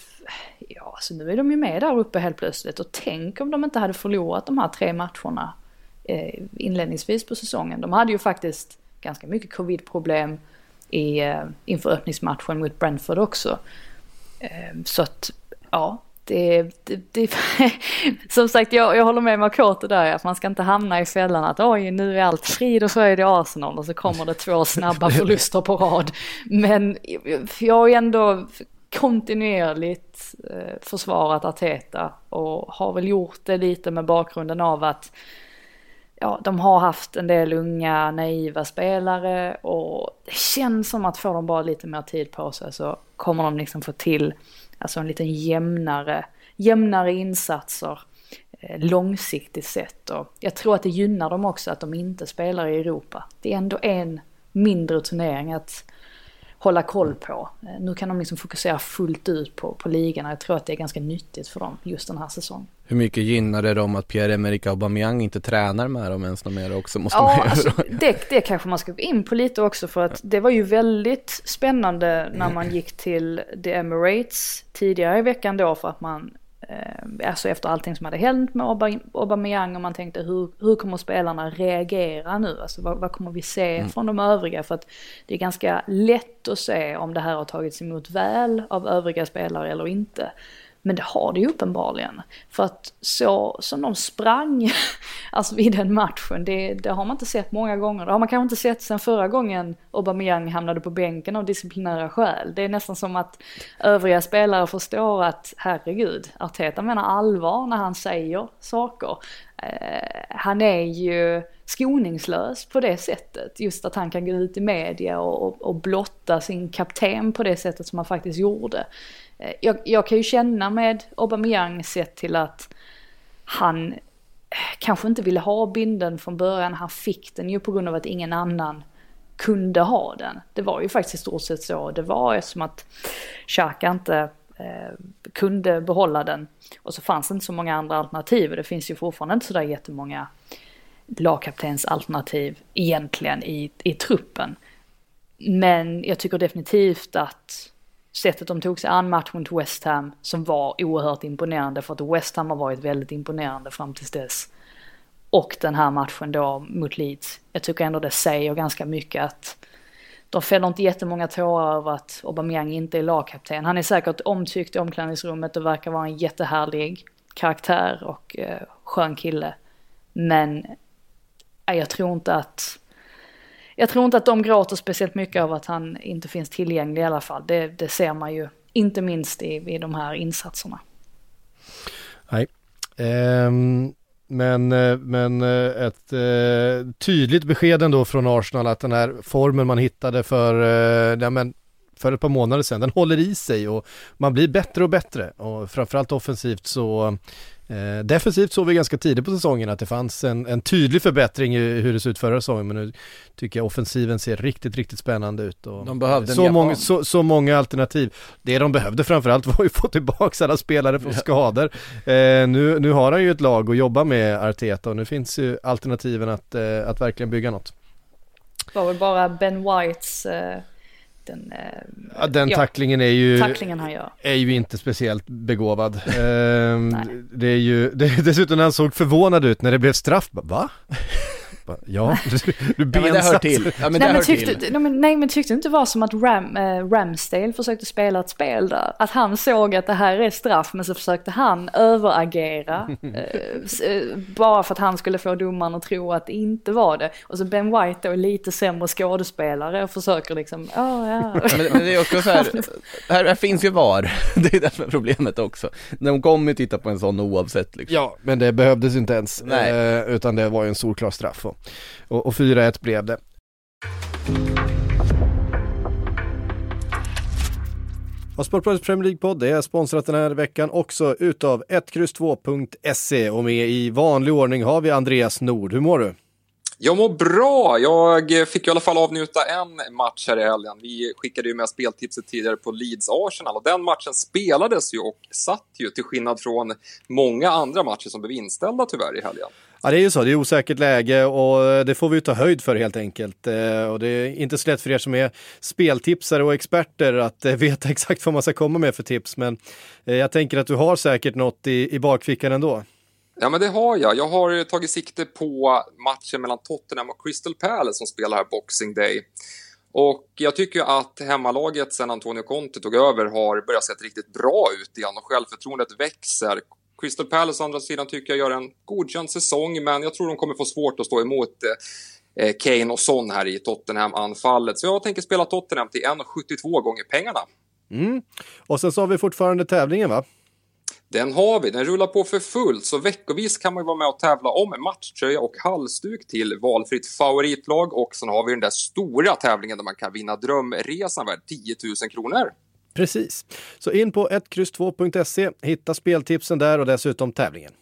[SPEAKER 4] ja så nu är de ju med där uppe helt plötsligt, och tänk om de inte hade förlorat de här tre matcherna eh, inledningsvis på säsongen. De hade ju faktiskt ganska mycket covid-problem i, uh, inför öppningsmatchen mot Brentford också. Uh, så att, ja, det, det, det som sagt, jag, jag håller med Makoto där, att man ska inte hamna i fällan att oj, nu är allt frid och så är det Arsenal och så kommer det två snabba förluster på rad. Men jag har ändå kontinuerligt uh, försvarat Arteta och har väl gjort det lite med bakgrunden av att ja, de har haft en del unga, naiva spelare, och det känns som att får de bara lite mer tid på sig så kommer de liksom få till alltså en lite jämnare, jämnare insatser eh, långsiktigt sett. Och jag tror att det gynnar dem också att de inte spelar i Europa. Det är ändå en mindre turnering att, hålla koll på. Nu kan de liksom fokusera fullt ut på, på ligan. Jag tror att det är ganska nyttigt för dem just den här säsongen.
[SPEAKER 5] Hur mycket gynnar det dem att Pierre-Emerick Aubameyang inte tränar med dem ens mer också? Måste
[SPEAKER 4] ja,
[SPEAKER 5] man
[SPEAKER 4] alltså, det, det kanske man ska gå in på lite också, för att det var ju väldigt spännande när man gick till The Emirates tidigare i veckan då, för att man eh, alltså efter allting som hade hänt med Aubameyang, och man tänkte hur, hur kommer spelarna reagera nu? Alltså vad, vad kommer vi se mm. från de övriga? För att det är ganska lätt att se om det här har tagits emot väl av övriga spelare eller inte. Men det har det ju uppenbarligen. För att så som de sprang alltså vid den matchen, det, det har man inte sett många gånger. Det har man kanske inte sett sedan förra gången Aubameyang hamnade på bänken av disciplinära skäl. Det är nästan som att övriga spelare förstår att herregud, Arteta menar allvar när han säger saker. Eh, han är ju skoningslös på det sättet. Just att han kan gå ut i media och, och, och blotta sin kapten på det sättet som han faktiskt gjorde. Jag, jag kan ju känna med Aubameyang sett till att han kanske inte ville ha binden från början. Han fick den ju på grund av att ingen annan kunde ha den. Det var ju faktiskt i stort sett så. Det var som att Xhaka inte eh, kunde behålla den. Och så fanns det inte så många andra alternativ. Och det finns ju fortfarande inte så där jättemånga lagkaptens alternativ egentligen i, i truppen. Men jag tycker definitivt att sättet de tog sig an matchen till West Ham, som var oerhört imponerande, för att West Ham har varit väldigt imponerande fram tills dess, och den här matchen då mot Leeds, jag tycker ändå det säger ganska mycket att de fäller inte jättemånga tårar över att Aubameyang inte är lagkapten. Han är säkert omtyckt i omklädningsrummet och verkar vara en jättehärlig karaktär och eh, skön kille, men eh, jag tror inte att Jag tror inte att de gråter speciellt mycket av att han inte finns tillgänglig i alla fall. Det, det ser man ju inte minst i, i de här insatserna.
[SPEAKER 1] Nej, ehm, men, men ett eh, tydligt besked ändå från Arsenal att den här formen man hittade för, eh, ja, men för ett par månader sedan, den håller i sig och man blir bättre och bättre. Och framförallt offensivt så Eh, defensivt såg vi ganska tidigt på säsongen att det fanns en, en tydlig förbättring i hur det ser ut förra säsongen, men nu tycker jag offensiven ser riktigt, riktigt spännande ut. Och
[SPEAKER 5] de behövde
[SPEAKER 1] så, många, så, så många alternativ. Det de behövde framförallt var ju få tillbaka alla spelare från skador. Eh, nu, nu har han ju ett lag att jobba med, Arteta, och nu finns ju alternativen att, eh, att verkligen bygga något.
[SPEAKER 4] Det var väl bara Ben Whites... Eh... Den, eh,
[SPEAKER 1] ja, den
[SPEAKER 4] ja,
[SPEAKER 1] tacklingen är ju
[SPEAKER 4] tacklingen han gör.
[SPEAKER 1] är ju inte speciellt begåvad. ehm, det är ju det, dessutom när han såg förvånad ut när det blev straff. Va? Ja, du, du bensatt.
[SPEAKER 5] Ja, men det hör till. Ja, men
[SPEAKER 4] nej,
[SPEAKER 5] det
[SPEAKER 4] men
[SPEAKER 5] hör
[SPEAKER 4] tyckte,
[SPEAKER 5] till.
[SPEAKER 4] Nej, men, nej, men tyckte det inte var som att Ram, äh, Ramsdale försökte spela ett spel där. Att han såg att det här är straff, men så försökte han överagera. äh, bara för att han skulle få domaren att tro att det inte var det. Och så Ben White då, lite sämre skådespelare, och försöker liksom, oh, ja.
[SPEAKER 5] men, men det är också så här, här, här finns ju var. Det är det som är problemet också. De kommer ju titta på en sån oavsett liksom.
[SPEAKER 1] Ja, men det behövdes inte ens.
[SPEAKER 5] Nej.
[SPEAKER 1] Eh, utan det var ju en solklar straff. Och, och, och fyra ett blev det. Och Sportbladets Premier League-podd är sponsrat den här veckan också utav ett kryss två punkt se, och med i vanlig ordning har vi Andreas Nord. Hur mår du?
[SPEAKER 6] Jag mår bra. Jag fick i alla fall avnjuta en match här i helgen. Vi skickade ju med speltipset tidigare på Leeds Arsenal, och den matchen spelades ju och satt ju, till skillnad från många andra matcher som blev inställda tyvärr i helgen.
[SPEAKER 1] Ja, det är ju så. Det är osäkert läge och det får vi ta höjd för helt enkelt. Och det är inte så lätt för er som är speltipsare och experter att veta exakt vad man ska komma med för tips. Men jag tänker att du har säkert något i, i bakfickan ändå.
[SPEAKER 6] Ja, men det har jag. Jag har tagit sikte på matchen mellan Tottenham och Crystal Palace som spelar här Boxing Day. Och jag tycker att hemmalaget sen Antonio Conte tog över har börjat se riktigt bra ut igen, och självförtroendet växer. Crystal Palace å andra sidan tycker jag gör en godkänd säsong, men jag tror de kommer få svårt att stå emot eh, Kane och Son här i Tottenham-anfallet. Så jag tänker spela Tottenham till en komma sjuttiotvå gånger pengarna.
[SPEAKER 1] Mm. Och sen så har vi fortfarande tävlingen, va?
[SPEAKER 6] Den har vi, den rullar på för fullt, så veckovis kan man ju vara med och tävla om matchtröja och halsduk till valfritt favoritlag, och sen har vi den där stora tävlingen där man kan vinna drömresan värd tio tusen kronor.
[SPEAKER 1] Precis. Så in på ett kryss två punkt se, hitta speltipsen där och dessutom tävlingen.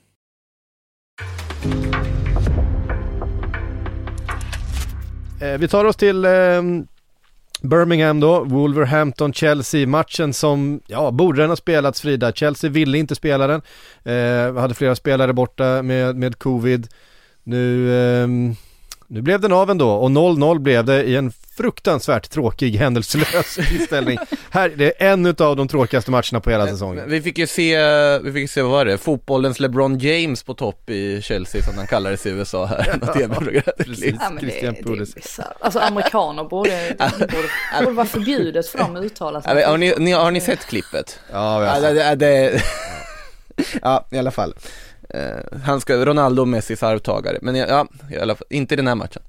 [SPEAKER 1] Eh, vi tar oss till eh, Birmingham då, Wolverhampton, Chelsea, matchen som, ja, borde den ha spelats, Frida. Chelsea ville inte spela den, eh, hade flera spelare borta med, med covid. Nu, eh, nu blev den av ändå, och noll noll blev det i en fruktansvärt tråkig, händelselös inställning. Här, det är en av de tråkigaste matcherna på hela säsongen.
[SPEAKER 5] Vi fick ju se, vi fick se vad var det? Fotbollens LeBron James på topp i Chelsea, som han kallades i U S A här. Något T V-program.
[SPEAKER 4] Ja, men det, det är bizarrt. Alltså amerikaner borde, borde, borde vara förbjudet för dem att uttala sig.
[SPEAKER 5] Har ni, ni, har ni sett klippet?
[SPEAKER 1] Ja,
[SPEAKER 5] ja, det, det, det, ja, i alla fall. Uh, han ska, Ronaldo och Messis arvtagare. Men ja, i alla fall, inte i den här matchen.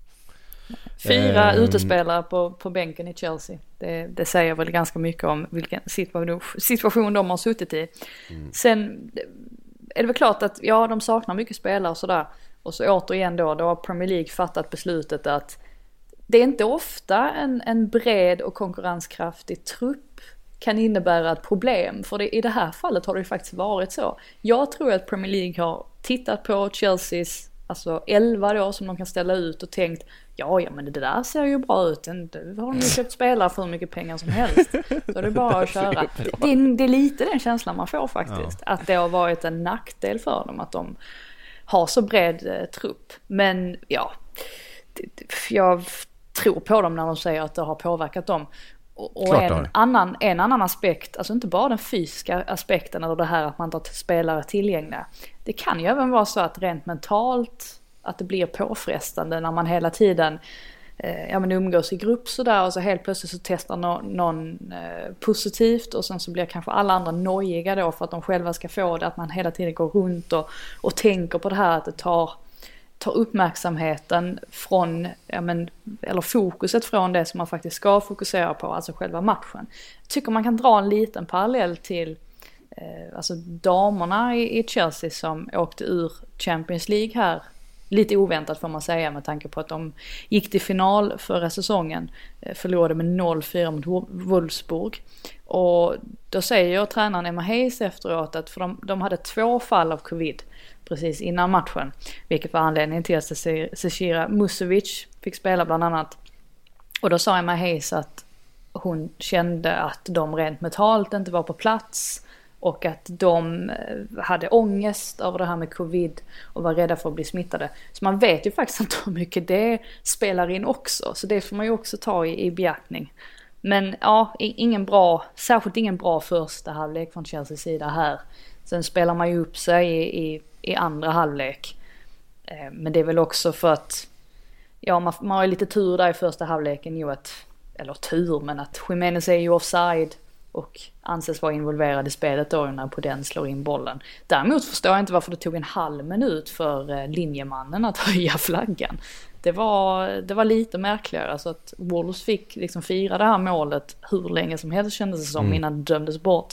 [SPEAKER 4] Fyra um, utespelare på, på bänken i Chelsea. Det, det säger väl ganska mycket om vilken situation, situation de har suttit i. Mm. Sen är det väl klart att ja, de saknar mycket spelare och sådär. Och så återigen då, då har Premier League fattat beslutet att det är inte ofta en, en bred och konkurrenskraftig trupp kan innebära ett problem. För det, i det här fallet har det ju faktiskt varit så. Jag tror att Premier League har tittat på Chelseas, alltså elva då, som de kan ställa ut och tänkt, ja, ja men det där ser ju bra ut. Nu har de ju köpt spelare för hur mycket pengar som helst. Så det är bara att köra. Det är, det är lite den känslan man får faktiskt. Ja. Att det har varit en nackdel för dem att de har så bred eh, trupp. Men ja, det, jag tror på dem när de säger att det har påverkat dem. Och, och en, annan, en annan aspekt, alltså inte bara den fysiska aspekten eller det här att man inte har spelare tillgängliga. Det kan ju även vara så att rent mentalt att det blir påfrestande när man hela tiden eh, ja, men umgås i grupp sådär och så helt plötsligt så testar no, någon eh, positivt och sen så blir kanske alla andra nojiga då för att de själva ska få det, att man hela tiden går runt och, och tänker på det här att det tar tar uppmärksamheten från, ja men, eller fokuset från det som man faktiskt ska fokusera på, alltså själva matchen. Jag tycker man kan dra en liten parallell till eh, alltså damerna i, i Chelsea som åkte ur Champions League här, lite oväntat får man säga med tanke på att de gick till final förra säsongen, eh, förlorade med noll fyra mot Wolfsburg. Och då säger tränaren Emma Hayes efteråt att för de, de hade två fall av covid precis innan matchen, vilket var anledningen till att Zecira Musovic fick spela bland annat. Och då sa Emma Hayes att hon kände att de rent mentalt inte var på plats och att de hade ångest över det här med covid och var rädda för att bli smittade. Så man vet ju faktiskt inte hur mycket det spelar in också, så det får man ju också ta i, i beaktning. Men ja, ingen bra, särskilt ingen bra första halvlek från Chelseas sida här. Sen spelar man ju upp sig i, i, i andra halvlek. Eh, men det är väl också för att ja, man, man har ju lite tur där i första halvleken ju att, eller tur, men att Jimenez är ju offside och anses vara involverad i spelet då när Podence slår in bollen. Däremot förstår jag inte varför det tog en halv minut för eh, linjemannen att höja flaggan. Det var, det var lite märkligare, alltså att Wolves fick liksom fira det här målet hur länge som helst kändes det som mm. innan det dömdes bort.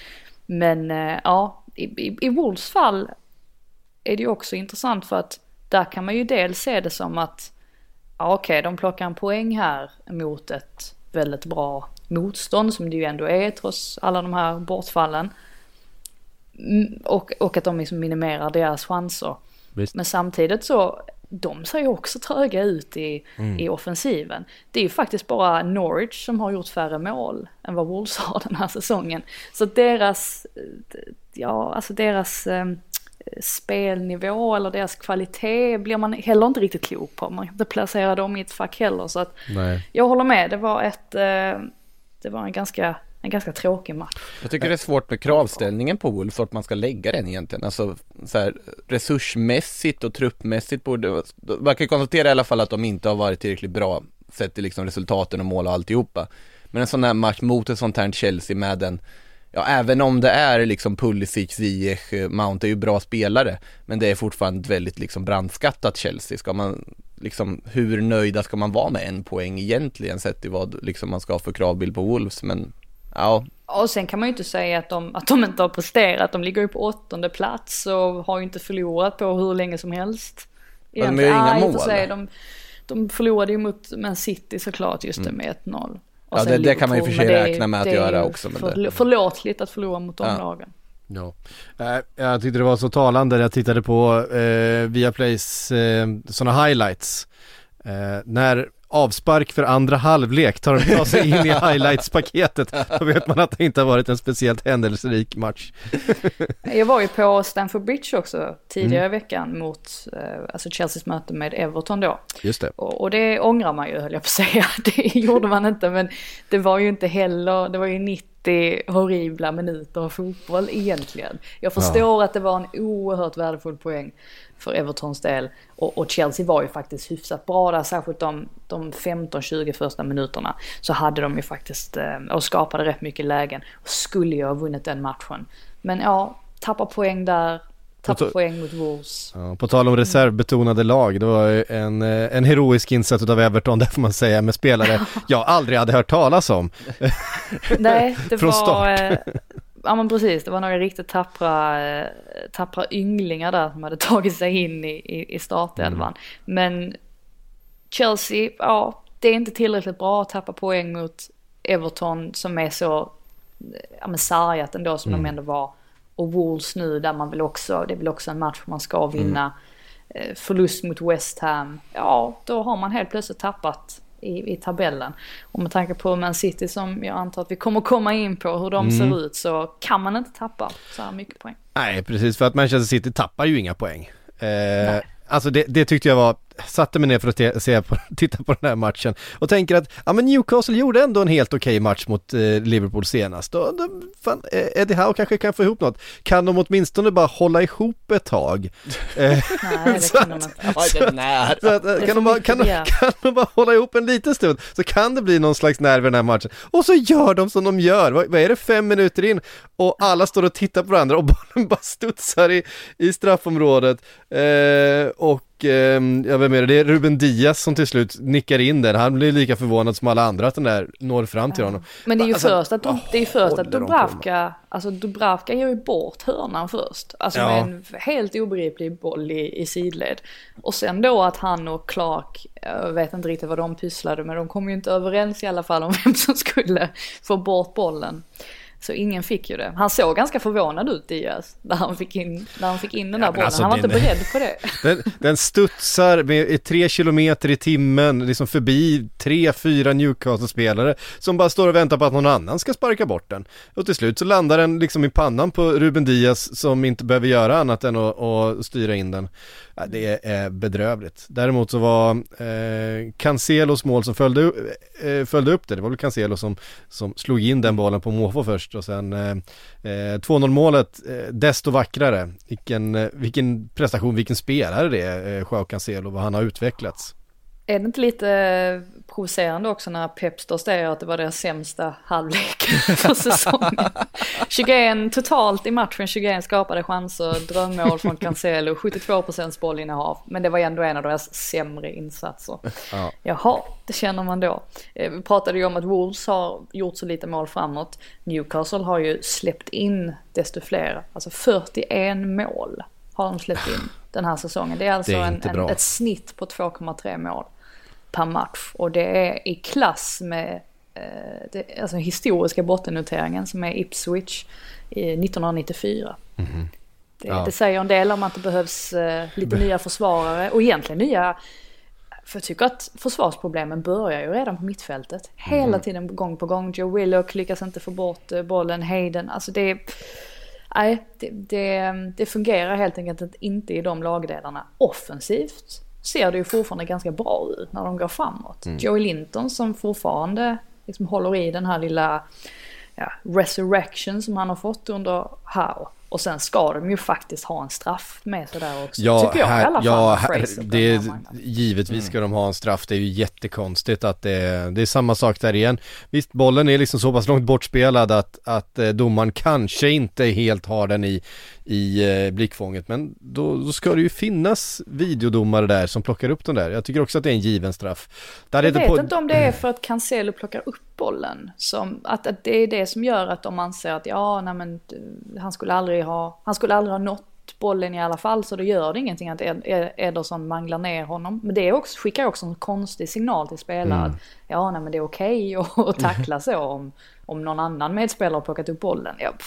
[SPEAKER 4] Men eh, ja, i, i, i Wolves fall är det ju också intressant för att där kan man ju dels se det som att ja, okej, de plockar en poäng här mot ett väldigt bra motstånd som det ju ändå är trots alla de här bortfallen. Och, och att de liksom minimerar deras chanser. Visst. Men samtidigt så de ser ju också tröga ut i, mm. i offensiven. Det är ju faktiskt bara Norwich som har gjort färre mål än vad Wolves har den här säsongen. Så deras, ja, alltså deras eh, spelnivå eller deras kvalitet blir man heller inte riktigt klok på. Man kan inte placera dem i ett fack heller. Så att
[SPEAKER 1] Nej.
[SPEAKER 4] Jag håller med, det var, ett, eh, det var en ganska... en ganska tråkig match.
[SPEAKER 5] Jag tycker det är svårt med kravställningen på Wolves, att man ska lägga den egentligen. Alltså så här, resursmässigt och truppmässigt borde man kan konstatera i alla fall att de inte har varit tillräckligt bra sett till liksom resultaten och mål och alltihopa. Men en sån här match mot ett sånt här Chelsea med en, ja, även om det är liksom Pulisic, Ziyech, Mount är ju bra spelare, men det är fortfarande väldigt liksom brandskattat Chelsea. Ska man liksom, hur nöjda ska man vara med en poäng egentligen sett i vad liksom man ska ha för kravbild på Wolves, men ja.
[SPEAKER 4] Och sen kan man ju inte säga att de, att de inte har presterat. De ligger ju på åttonde plats och har ju inte förlorat på hur länge som helst.
[SPEAKER 5] De är ju inga mål.
[SPEAKER 4] Säga, de, de förlorade ju mot Man City såklart just det med ett noll. Och
[SPEAKER 5] ja, det, det kan man ju för sig räkna med att göra också.
[SPEAKER 4] Det är för, förlåtligt att förlora mot de ja. lagen.
[SPEAKER 1] Ja. Äh, jag tyckte det var så talande. Jag tittade på eh, Viaplays eh, såna highlights. Eh, när avspark för andra halvlek tar de tar sig in i highlights-paketet, då vet man att det inte har varit en speciellt händelserik match.
[SPEAKER 4] Jag var ju på Stamford Bridge också tidigare i mm. veckan mot eh, alltså Chelseas möte med Everton då.
[SPEAKER 1] Just det.
[SPEAKER 4] Och, och det ångrar man ju, höll jag på att säga. Det gjorde man inte, men det var ju inte heller, det var ju nittio horribla minuter av fotboll egentligen. Jag förstår ja. att det var en oerhört värdefull poäng för Evertons del. Och, och Chelsea var ju faktiskt hyfsat bra där, särskilt de, de femton tjugo första minuterna. Så hade de ju faktiskt, eh, och skapade rätt mycket lägen. Och skulle ju ha vunnit den matchen. Men ja, tappa poäng där, tappa to- poäng mot Wolves.
[SPEAKER 1] Ja, på tal om reservbetonade lag, det var en, en heroisk insats av Everton, där får man säga, med spelare jag aldrig hade hört talas om.
[SPEAKER 4] Nej, det
[SPEAKER 1] Från
[SPEAKER 4] var...
[SPEAKER 1] start.
[SPEAKER 4] Ja men precis, det var några riktigt tappra, tappra ynglingar där som hade tagit sig in i, i, i startelvan. Mm. Men Chelsea, ja, det är inte tillräckligt bra att tappa poäng mot Everton som är så ja, men sargat ändå som mm. de ändå var. Och Wolves nu där man vill också, det är väl också en match man ska vinna. Mm. Förlust mot West Ham, ja då har man helt plötsligt tappat I, i tabellen. Och med tanke på Man City som jag antar att vi kommer komma in på hur de mm. ser ut, så kan man inte tappa så här mycket poäng.
[SPEAKER 1] Nej, precis, för att Manchester City tappar ju inga poäng. Eh, alltså det, det tyckte jag var, satte mig ner för att te, se på, titta på den här matchen och tänker att ja, men Newcastle gjorde ändå en helt okej match mot eh, Liverpool senast. Då, då, fan, Eddie Howe kanske kan få ihop något. Kan de åtminstone bara hålla ihop ett tag?
[SPEAKER 4] Nej, det kan de inte.
[SPEAKER 1] Så att, kan, de bara, kan, de, kan de bara hålla ihop en liten stund, så kan det bli någon slags nerv i den här matchen. Och så gör de som de gör. Vad, vad är det, fem minuter in och alla står och tittar på varandra och bollen bara studsar i, i straffområdet. Eh, och jag vet med det är Ruben Diaz som till slut nickar in den. Han blir lika förvånad som alla andra att den där når fram till honom.
[SPEAKER 4] Men det är ju
[SPEAKER 1] alltså,
[SPEAKER 4] först att, de, det är först att Dubravka, alltså Dubravka gör ju bort hörnan först. Alltså ja. med en helt obegriplig boll i, i sidled. Och sen då att han och Clark, jag vet inte riktigt vad de pysslade, men de kom ju inte överens i alla fall om vem som skulle få bort bollen. Så ingen fick ju det. Han såg ganska förvånad ut, Diaz, när han fick in, när han fick in den där ja, bollen. Alltså, han var den, inte beredd på det.
[SPEAKER 1] Den, den studsar med tre kilometer i timmen liksom förbi tre, fyra Newcastle-spelare som bara står och väntar på att någon annan ska sparka bort den. Och till slut så landar den liksom i pannan på Ruben Diaz som inte behöver göra annat än att, att styra in den. Ja, det är bedrövligt. Däremot så var eh, Cancelos mål som följde, eh, följde upp det. Det var väl Cancelo som, som slog in den bollen på måfå först. Och sen eh, två noll målet eh, desto vackrare. Vilken, eh, vilken prestation, vilken spelare det är, eh, Joao Cancelo, vad han har utvecklats.
[SPEAKER 4] Är det inte lite provocerande också när Pep står säger att det var deras sämsta halvlek för säsongen? tjugoett totalt i matchen, tjugoett skapade chanser, drömmål från Cancelo, sjuttiotvå procent bollinnehav, men det var ändå en av deras sämre insatser. Ja. Jaha, det känner man då. Vi pratade ju om att Wolves har gjort så lite mål framåt. Newcastle har ju släppt in desto fler, alltså fyrtioen mål har de släppt in den här säsongen. Det är alltså det är en, en, ett snitt på två komma tre mål per match. Och det är i klass med eh, det, alltså historiska bottennoteringen som är Ipswich i nittonhundranittiofyra. Mm-hmm. Det, ja. det säger en del om att det behövs eh, lite nya försvarare och egentligen nya. För jag tycker att försvarsproblemen börjar ju redan på mittfältet. Hela mm. tiden gång på gång. Joe Willock lyckas inte få bort bollen. Hayden, alltså det är... Nej, det, det, det fungerar helt enkelt inte i de lagdelarna. Offensivt ser det ju fortfarande ganska bra ut när de går framåt. Mm. Joey Linton som fortfarande liksom håller i den här lilla ja, resurrection som han har fått under Howe. Och sen ska de ju faktiskt ha en straff med sig där också.
[SPEAKER 1] Ja,
[SPEAKER 4] tycker jag
[SPEAKER 1] här,
[SPEAKER 4] i alla fall.
[SPEAKER 1] Ja, här, det, givetvis ska de ha en straff. Det är ju jättekonstigt att det, det är samma sak där igen. Visst, bollen är liksom så pass långt bortspelad att, att domaren kanske inte helt har den i, i blickfånget. Men då, då ska det ju finnas videodomare där som plockar upp den där. Jag tycker också att det är en given straff. Där
[SPEAKER 4] jag
[SPEAKER 1] är det
[SPEAKER 4] vet
[SPEAKER 1] på...
[SPEAKER 4] inte om det är för att Cancelo plockar upp bollen. Som, att, att det är det som gör att de anser att ja, nej, men, han skulle aldrig ha han skulle aldrig ha nått bollen i alla fall, så då gör det ingenting att Ed- Ederson manglar ner honom. Men det är också, skickar också en konstig signal till spelare mm. att ja, nej, men det är okej okay att tackla så om, om någon annan medspelare har plockat upp bollen. Ja, pff,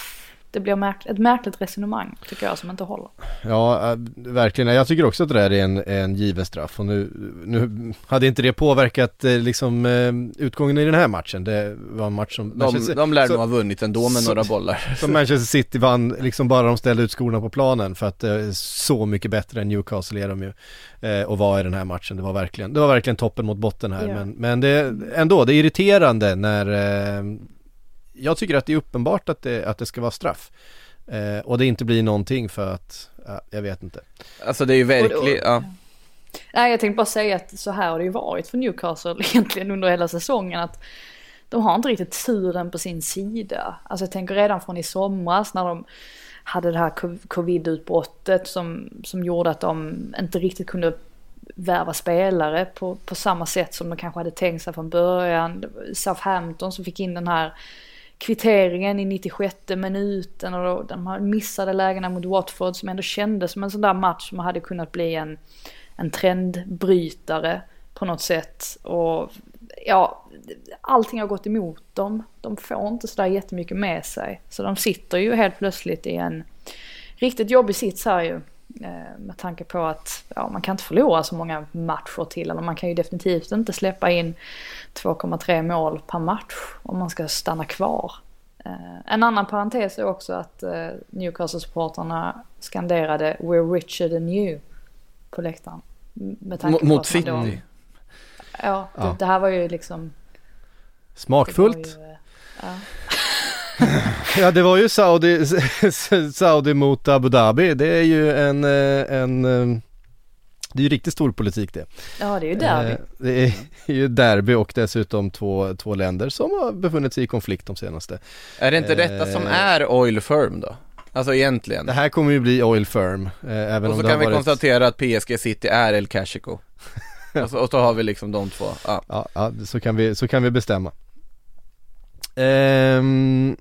[SPEAKER 4] det blir märk- ett märkligt resonemang tycker jag som inte håller.
[SPEAKER 1] Ja, verkligen. Jag tycker också att det där är en, en given straff och nu, nu hade inte det påverkat liksom utgången i den här matchen. Det var en match som...
[SPEAKER 5] De, de lär nog ha vunnit ändå med så, några bollar.
[SPEAKER 1] Som Manchester City vann liksom bara de ställde ut skorna på planen för att eh, så mycket bättre än Newcastle är de ju eh, och var i den här matchen. Det var verkligen, det var verkligen toppen mot botten här. Ja. Men, men det ändå, det är irriterande när eh, jag tycker att det är uppenbart att det, att det ska vara straff. Eh, och det inte blir någonting för att, ja, jag vet inte.
[SPEAKER 5] Alltså det är ju verkligen, ja.
[SPEAKER 4] Nej, jag tänkte bara säga att så här har det ju varit för Newcastle egentligen under hela säsongen, att de har inte riktigt turen på sin sida. Alltså jag tänker redan från i somras när de hade det här covid-utbrottet som, som gjorde att de inte riktigt kunde värva spelare på, på samma sätt som de kanske hade tänkt sig från början. Southampton som fick in den här kvitteringen i nittiosjätte minuten och då, de missade lägena mot Watford som ändå kändes som en sån där match som hade kunnat bli en, en trendbrytare på något sätt. Och ja, allting har gått emot dem. De får inte så där jättemycket med sig. Så de sitter ju helt plötsligt i en riktigt jobbig sits här ju. Med tanke på att ja, man kan inte förlora så många matcher till. Eller man kan ju definitivt inte släppa in två komma tre mål per match om man ska stanna kvar. En annan parentes är också att Newcastle-supporterna skanderade "We're richer than you" på läktaren. Med tanke
[SPEAKER 5] mot
[SPEAKER 4] på
[SPEAKER 5] City.
[SPEAKER 4] Då, ja, det,
[SPEAKER 1] ja,
[SPEAKER 4] det här var ju liksom
[SPEAKER 1] smakfullt.
[SPEAKER 4] Det var ju, ja.
[SPEAKER 1] Ja, det var ju Saudi, Saudi mot Abu Dhabi. Det är ju en, en det är ju riktigt stor politik det.
[SPEAKER 4] Ja, det är ju derby.
[SPEAKER 1] Det är ju derby och dessutom två, två länder som har befunnit sig i konflikt de senaste.
[SPEAKER 5] Är det inte detta som är oil firm då? Alltså egentligen.
[SPEAKER 1] Det här kommer ju bli oil firm. Även
[SPEAKER 5] och så
[SPEAKER 1] om
[SPEAKER 5] kan vi
[SPEAKER 1] varit...
[SPEAKER 5] konstatera att P S G City är El Clasico. och, så, och så har vi liksom de två. Ja,
[SPEAKER 1] ja, ja så, kan vi, så kan vi bestämma. Ehm...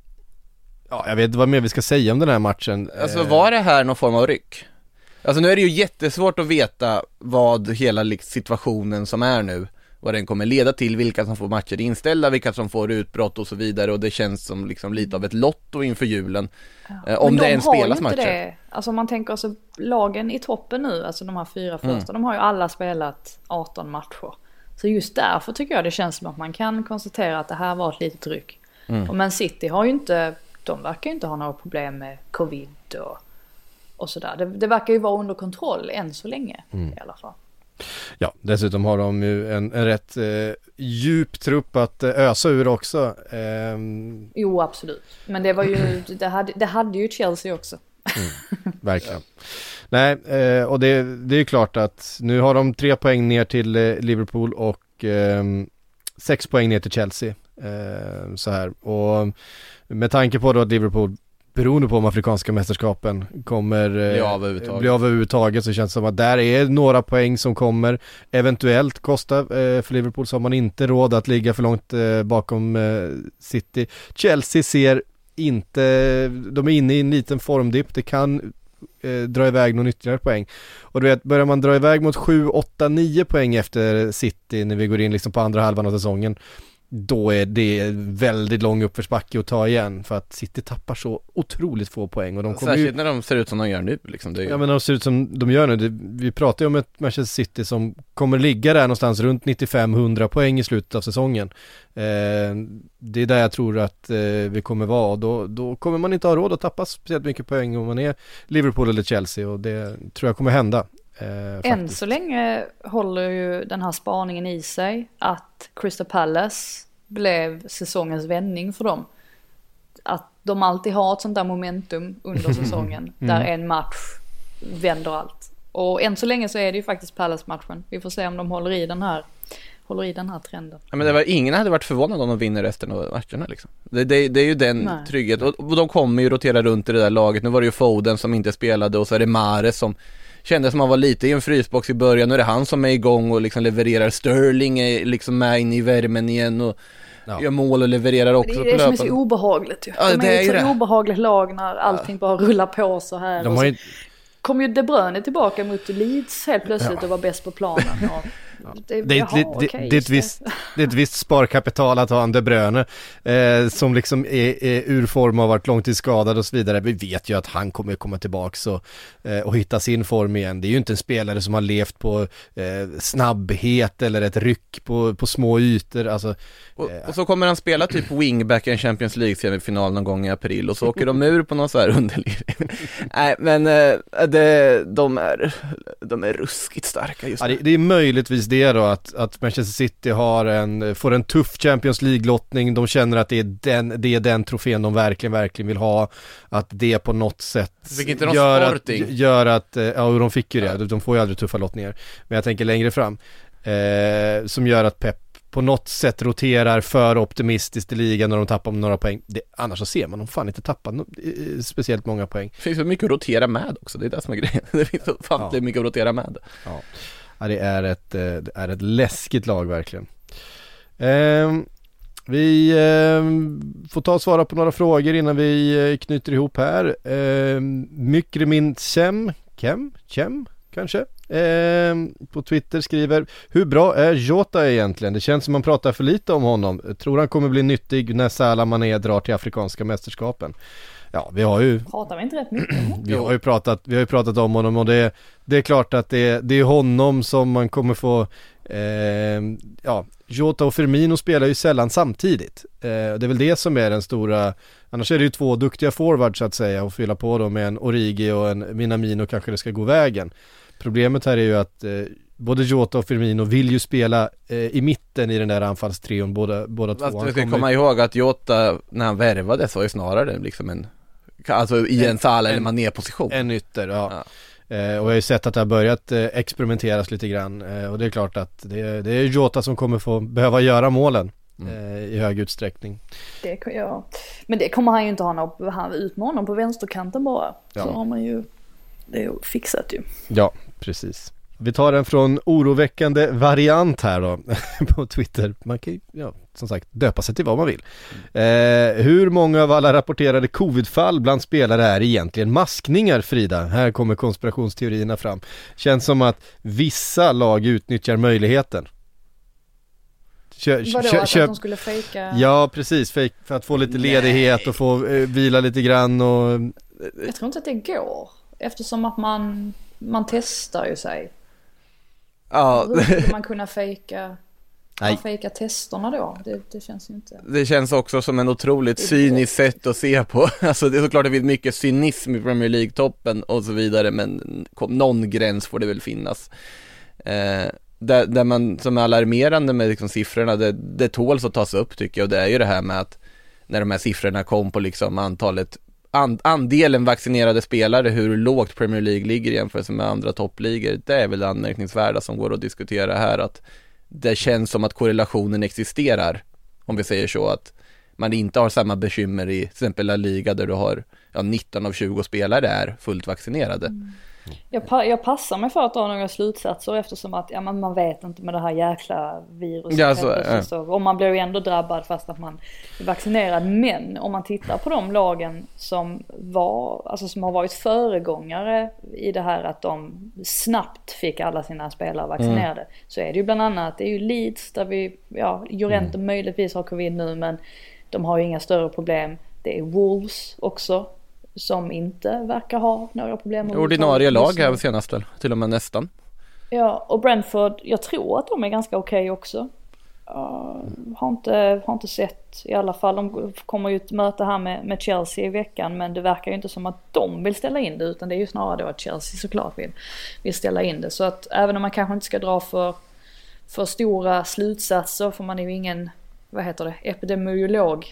[SPEAKER 1] Ja, jag vet inte vad mer vi ska säga om den här matchen.
[SPEAKER 5] Alltså var det här någon form av ryck? Alltså nu är det ju jättesvårt att veta vad hela situationen som är nu, vad den kommer leda till, vilka som får matcher inställda, vilka som får utbrott och så vidare, och det känns som liksom lite av ett lotto inför julen.
[SPEAKER 4] Ja.
[SPEAKER 5] Om
[SPEAKER 4] de
[SPEAKER 5] det ens spelas matcher.
[SPEAKER 4] Det. Alltså om man tänker alltså lagen i toppen nu, alltså de här fyra första, mm. de har ju alla spelat arton matcher. Så just därför tycker jag det känns som att man kan konstatera att det här var ett litet ryck. Mm. Och Man City har ju inte, de verkar ju inte ha några problem med covid och, och sådär. Det, det verkar ju vara under kontroll än så länge mm. i alla fall.
[SPEAKER 1] Ja, dessutom har de ju en, en rätt eh, djup trupp att eh, ösa ur också. Ehm...
[SPEAKER 4] Jo, absolut. Men det var ju, det hade, det hade ju Chelsea också.
[SPEAKER 1] Mm, verkligen. Nej, eh, och det, det är ju klart att nu har de tre poäng ner till eh, Liverpool och eh, sex poäng ner till Chelsea. Eh, så här. Och med tanke på då att Liverpool, beroende på om afrikanska mästerskapen kommer eh,
[SPEAKER 5] bli av överhuvudtaget.
[SPEAKER 1] bli av överhuvudtaget, så känns det som att där är några poäng som kommer eventuellt kosta eh, för Liverpool, så har man inte råd att ligga för långt eh, bakom eh, City. Chelsea ser inte, de är inne i en liten formdipp, det kan eh, dra iväg någon ytterligare poäng. Och du vet, börjar man dra iväg mot sju, åtta, nio poäng efter City när vi går in liksom på andra halvan av säsongen, då är det väldigt lång uppförsbacke att ta igen, för att City tappar så otroligt få poäng. Och de kommer
[SPEAKER 5] särskilt
[SPEAKER 1] ju...
[SPEAKER 5] när de ser ut som de gör nu liksom. Det är ju...
[SPEAKER 1] Ja, men de ser ut som de gör nu. Det, vi pratar ju om ett Manchester City som kommer ligga där någonstans runt nittiofem hundra poäng i slutet av säsongen. Eh, det är där jag tror att eh, vi kommer vara. Då, då kommer man inte ha råd att tappa speciellt mycket poäng om man är Liverpool eller Chelsea, och det tror jag kommer hända. Eh,
[SPEAKER 4] Än så länge håller ju den här spaningen i sig att Crystal Palace blev säsongens vändning för dem. Att de alltid har ett sånt där momentum under säsongen mm. där en match vänder allt. Och än så länge så är det ju faktiskt Palace-matchen. Vi får se om de håller i den här håller i den här trenden.
[SPEAKER 5] Ja, men det var, ingen hade varit förvånad om de vinner resten av matcherna liksom. Det, det, det är ju den Nej. trygghet. Och, och de kommer ju rotera runt i det där laget. Nu var det ju Foden som inte spelade, och så är det Mahrez som kändes som han var lite i en frysbox i början. Nu är det han som är igång och liksom levererar. Sterling är liksom med in i värmen igen och ja. gör mål och levererar också.
[SPEAKER 4] Det är det som är så obehagligt. Ju.
[SPEAKER 5] Ja,
[SPEAKER 4] de
[SPEAKER 5] det
[SPEAKER 4] är
[SPEAKER 5] är
[SPEAKER 4] ju ett
[SPEAKER 5] det.
[SPEAKER 4] så obehagligt lag när allting ja. bara rullar på så här.
[SPEAKER 1] De har ju...
[SPEAKER 4] Kom ju De Bruyne tillbaka mot Leeds helt plötsligt ja. och var bäst på planen. Och... det,
[SPEAKER 1] Det är,
[SPEAKER 4] jaha,
[SPEAKER 1] det, det,
[SPEAKER 4] okej,
[SPEAKER 1] det, är ett visst, det är ett visst sparkapital att ha en De Bruyne eh, som liksom är, är ur form och har varit långtidsskadad och så vidare. Vi vet ju att han kommer komma tillbaka och, eh, och hitta sin form igen. Det är ju inte en spelare som har levt på eh, snabbhet eller ett ryck på, på små ytor. Alltså,
[SPEAKER 5] och, och så kommer han spela typ wingback i en Champions League-semifinal någon gång i april och så åker de ur på någon så här underlig. Nej, men eh, det, de, är, de är ruskigt starka just nu.
[SPEAKER 1] Ja, det, det är möjligtvis det då att, att Manchester City har en, får en tuff Champions League-lottning. De känner att det är den, det är den trofén de verkligen, verkligen vill ha. Att det på något sätt gör att, gör att, ja, de fick ju det. De får ju aldrig tuffa lottningar. Men jag tänker längre fram. Eh, som gör att Pep på något sätt roterar för optimistiskt i ligan när de tappar några poäng. Det, annars så ser man de fan inte tappa no, speciellt många poäng.
[SPEAKER 5] Det finns så mycket att rotera med också, det är det som är grejen. Det finns så fan ja. mycket att rotera med.
[SPEAKER 1] Ja. Ja, det är ett, det är ett läskigt lag verkligen. Eh, vi eh, får ta och svara på några frågor innan vi knyter ihop här. Eh, Mykremin Cem, Kem, Cem kanske? Eh, på Twitter skriver: hur bra är Jota egentligen? Det känns som man pratar för lite om honom. Tror han kommer bli nyttig när Salah Mané drar till afrikanska mästerskapen? Ja, vi har ju
[SPEAKER 4] pratar vi inte rätt mycket om.
[SPEAKER 1] Vi har ju pratat, vi har ju pratat om honom och det, det är klart att det, det är honom som man kommer få eh, ja, Jota och Firmino spelar ju sällan samtidigt. Eh, det är väl det som är den stora, annars är det ju två duktiga forwards så att säga och fylla på dem med en Origi och en Minamino, kanske det ska gå vägen. Problemet här är ju att eh, både Jota och Firmino vill ju spela eh, i mitten i den där anfallstrion, båda, båda två.
[SPEAKER 5] Alltså, vi ska komma ihåg att Jota när han värvades var ju snarare liksom en, alltså i en, en Salah eller Mané-position.
[SPEAKER 1] En ytter, ja. ja. Eh, och jag har ju sett att det har börjat eh, experimenteras lite grann eh, och det är klart att det, det är Jota som kommer få behöva göra målen mm. eh, i hög utsträckning.
[SPEAKER 4] Det, ja. Men det kommer han ju inte ha något, han ut med honom på vänsterkanten bara.
[SPEAKER 1] Ja.
[SPEAKER 4] Så har man ju det är fixat ju.
[SPEAKER 1] Ja, precis. Vi tar en från oroväckande variant här då på Twitter. Man kan ju, ja, som sagt, döpa sig till vad man vill. Eh, hur många av alla rapporterade covidfall bland spelare är egentligen maskningar, Frida? Här kommer konspirationsteorierna fram. Känns som att vissa lag utnyttjar möjligheten.
[SPEAKER 4] Kö, Vadå, kö, att, att de skulle fejka?
[SPEAKER 1] Ja, precis. Fake, för att få lite ledighet och få eh, vila lite grann. Och...
[SPEAKER 4] Jag tror inte att det går. Eftersom att man, man testar ju sig.
[SPEAKER 5] Ja.
[SPEAKER 4] Hur skulle man kunna fejka, man fejka testerna då? Det, det känns ju inte.
[SPEAKER 5] Det känns också som en otroligt cyniskt sätt att se på. Alltså det är såklart det finns mycket cynism i Premier League-toppen och så vidare, men någon gräns får det väl finnas. Eh, där, där man som är alarmerande med liksom siffrorna, det, det tåls att tas upp tycker jag, och det är ju det här med att när de här siffrorna kom på liksom antalet And, andelen vaccinerade spelare, hur lågt Premier League ligger jämfört med andra toppligor, det är väl anmärkningsvärda som går att diskutera här, att det känns som att korrelationen existerar, om vi säger så, att man inte har samma bekymmer i till exempel La Liga där du har ja, nitton av tjugo spelare är fullt vaccinerade.
[SPEAKER 4] Mm. Jag, pa- jag passar mig för att dra några slutsatser eftersom att ja, man, man vet inte med det här jäkla viruset.
[SPEAKER 5] Ja, så, ja.
[SPEAKER 4] Så, och man blir ju ändå drabbad fast att man är vaccinerad. Men om man tittar på de lagen som, var, alltså som har varit föregångare i det här att de snabbt fick alla sina spelare vaccinerade. Mm. Så är det ju bland annat, det är ju Leeds där vi, ja, Llorente mm. möjligtvis har covid nu men de har ju inga större problem. Det är Wolves också, som inte verkar ha några problem.
[SPEAKER 5] Ordinarie lag här senast väl, till och med nästan.
[SPEAKER 4] Ja, och Brentford, jag tror att de är ganska okej okay också. Uh, har, inte, har inte sett i alla fall. De kommer ju ett möte här med, med Chelsea i veckan, men det verkar ju inte som att de vill ställa in det, utan det är ju snarare då att Chelsea såklart vill, vill ställa in det. Så att även om man kanske inte ska dra för, för stora slutsatser, för man är ju ingen, vad heter det, epidemiolog,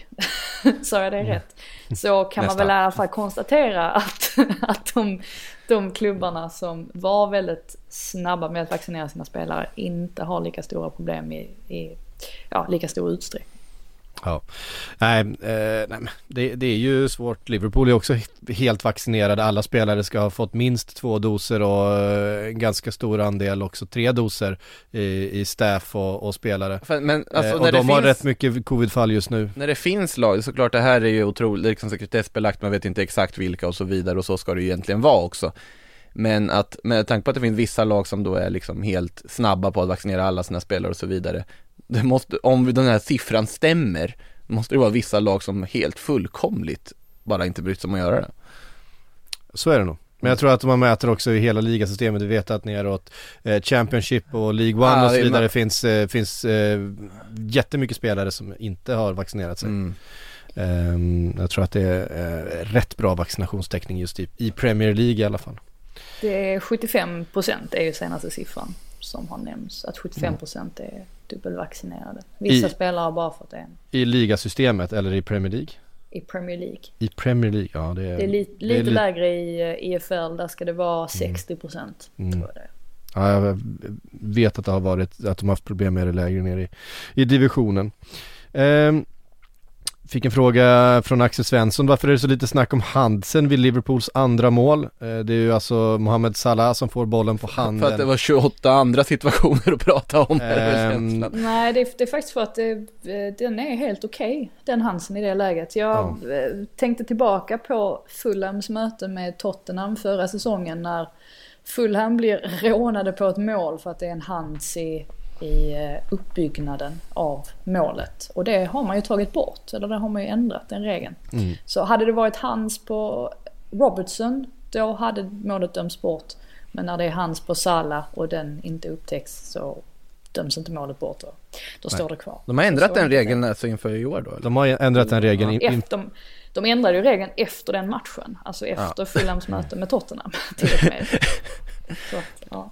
[SPEAKER 4] sa jag det rätt, så kan man väl i alla fall konstatera att, att de, de klubbarna som var väldigt snabba med att vaccinera sina spelare inte har lika stora problem i, i ja, lika stor utsträckning.
[SPEAKER 1] Ja, nej, eh, nej det, det är ju svårt. Liverpool är också helt vaccinerade. Alla spelare ska ha fått minst två doser och en ganska stor andel också tre doser i, i staff och, och spelare.
[SPEAKER 5] Men, alltså,
[SPEAKER 1] eh, och
[SPEAKER 5] när
[SPEAKER 1] de
[SPEAKER 5] det
[SPEAKER 1] har
[SPEAKER 5] finns,
[SPEAKER 1] rätt mycket covidfall just nu.
[SPEAKER 5] När det finns lag, såklart det här är ju otroligt liksom sekretessbelagt, man vet inte exakt vilka och så vidare, och så ska det ju egentligen vara också. Men att med tanke på att det finns vissa lag som då är liksom helt snabba på att vaccinera alla sina spelare och så vidare. Det måste, om den här siffran stämmer, måste det vara vissa lag som helt fullkomligt bara inte brytt sig om att göra det.
[SPEAKER 1] Så är det nog. Men jag tror att man mäter också i hela ligasystemet. Vi vet att neråt eh, Championship och League One ah, och så vidare man... finns, eh, finns eh, jättemycket spelare som inte har vaccinerat sig. Mm. Um, jag tror att det är eh, rätt bra vaccinationstäckning just i, i Premier League i alla fall.
[SPEAKER 4] Det är sjuttiofem procent är ju senaste siffran som har nämnts. Att sjuttiofem procent är dubbelvaccinerade. Vissa I, spelare har bara fått en.
[SPEAKER 1] I ligasystemet eller i Premier League?
[SPEAKER 4] I Premier League.
[SPEAKER 1] I Premier League, ja. Det är,
[SPEAKER 4] det är li-
[SPEAKER 1] det
[SPEAKER 4] lite
[SPEAKER 1] är li-
[SPEAKER 4] lägre i E F L. Där ska det vara sextio procent. Mm. Tror jag det är.
[SPEAKER 1] Ja, jag vet att det har varit att de har haft problem med det lägre ner i, i divisionen. Um, Fick en fråga från Axel Svensson. Varför är det så lite snack om Hansen vid Liverpools andra mål? Det är ju alltså Mohamed Salah som får bollen på handen.
[SPEAKER 5] För att det var tjugoåtta andra situationer att prata om.
[SPEAKER 4] Um, nej, det är, det är faktiskt för att det, den är helt okej, okay, den Hansen i det läget. Jag ja. tänkte tillbaka på Fulhams möte med Tottenham förra säsongen när Fulham blir rånade på ett mål för att det är en Hans i i uppbyggnaden av målet. Och det har man ju tagit bort. Eller det har man ju ändrat, den regeln. Mm. Så hade det varit hands på Robertson, då hade målet dömts bort. Men när det är hands på Salah och den inte upptäcks så döms inte målet bort. Då, då står det kvar.
[SPEAKER 5] De har ändrat den regeln alltså inför i år då? Eller?
[SPEAKER 1] De har ändrat den regeln.
[SPEAKER 4] Ja. In... De, de ändrade ju regeln efter den matchen. Alltså efter ja. Fulhams möte med Tottenham. Till och med. Så, ja.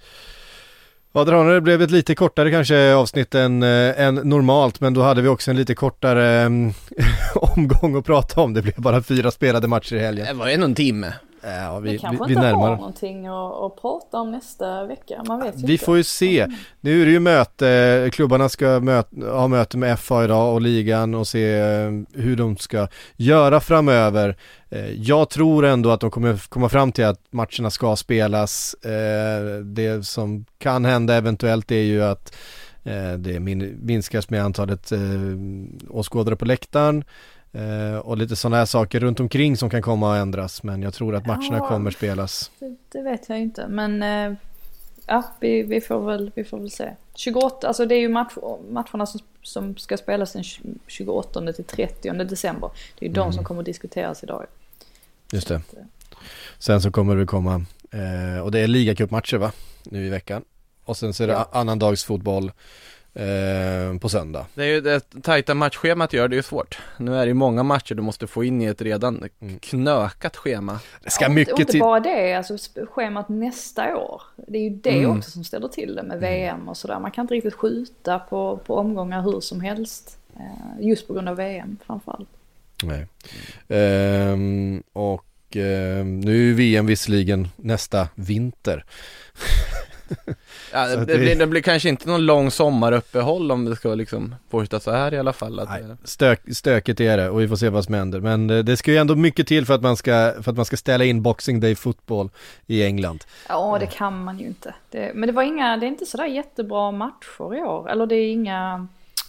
[SPEAKER 1] Ja, det blev ett lite kortare kanske avsnitt än, äh, än normalt, men då hade vi också en lite kortare äh, omgång att prata om. Det blev bara fyra spelade matcher i helgen.
[SPEAKER 5] Det var ju någon timme.
[SPEAKER 1] Ja, vi,
[SPEAKER 4] vi kanske
[SPEAKER 1] vi,
[SPEAKER 4] inte
[SPEAKER 1] vi
[SPEAKER 4] har någonting att, att prata om nästa vecka. Man vet ju
[SPEAKER 1] vi
[SPEAKER 4] inte.
[SPEAKER 1] får ju se. Nu är det ju möte. Klubbarna ska möta, ha möte med F A idag och ligan och se hur de ska göra framöver. Jag tror ändå att de kommer komma fram till att matcherna ska spelas. Det som kan hända eventuellt är ju att det minskas med antalet åskådare på läktaren. Uh, och lite sådana här saker runt omkring som kan komma att ändras, men jag tror att matcherna ja, kommer spelas.
[SPEAKER 4] Det, det vet jag inte, men uh, ja, vi, vi, får väl, vi får väl se. tjugoåtta, alltså det är ju match, matcherna som, som ska spelas den tjugoåttonde till trettionde december. Det är ju mm. de som kommer att diskuteras idag.
[SPEAKER 1] Just det. Så, sen så kommer det komma, uh, och det är ligacupmatcher va, nu i veckan. Och sen så är det ja. annandagsfotboll Eh, på söndag.
[SPEAKER 5] Det är ju det tajta matchschemat gör det ju svårt. Nu är det ju många matcher du måste få in i ett redan knökat schema.
[SPEAKER 1] Det ska
[SPEAKER 4] ja,
[SPEAKER 1] mycket
[SPEAKER 4] och inte
[SPEAKER 1] till...
[SPEAKER 4] bara det, alltså schemat nästa år. Det är ju det mm. också som ställer till det med V M och sådär. Man kan inte riktigt skjuta på, på omgångar hur som helst. Eh, just på grund av V M framförallt.
[SPEAKER 1] Nej. Ehm, och eh, nu är V M visserligen nästa vinter.
[SPEAKER 5] Ja, det, det, blir, det blir kanske inte någon lång sommaruppehåll om det ska liksom fortsätta så här i alla fall. Att
[SPEAKER 1] Nej, stök, stöket är det och vi får se vad som händer. Men det, det ska ju ändå mycket till för att man ska, för att man ska ställa in Boxing Day fotboll i England.
[SPEAKER 4] Ja, det kan man ju inte. Det, men det var inga, det är inte sådär jättebra matcher i år. Eller det är inga,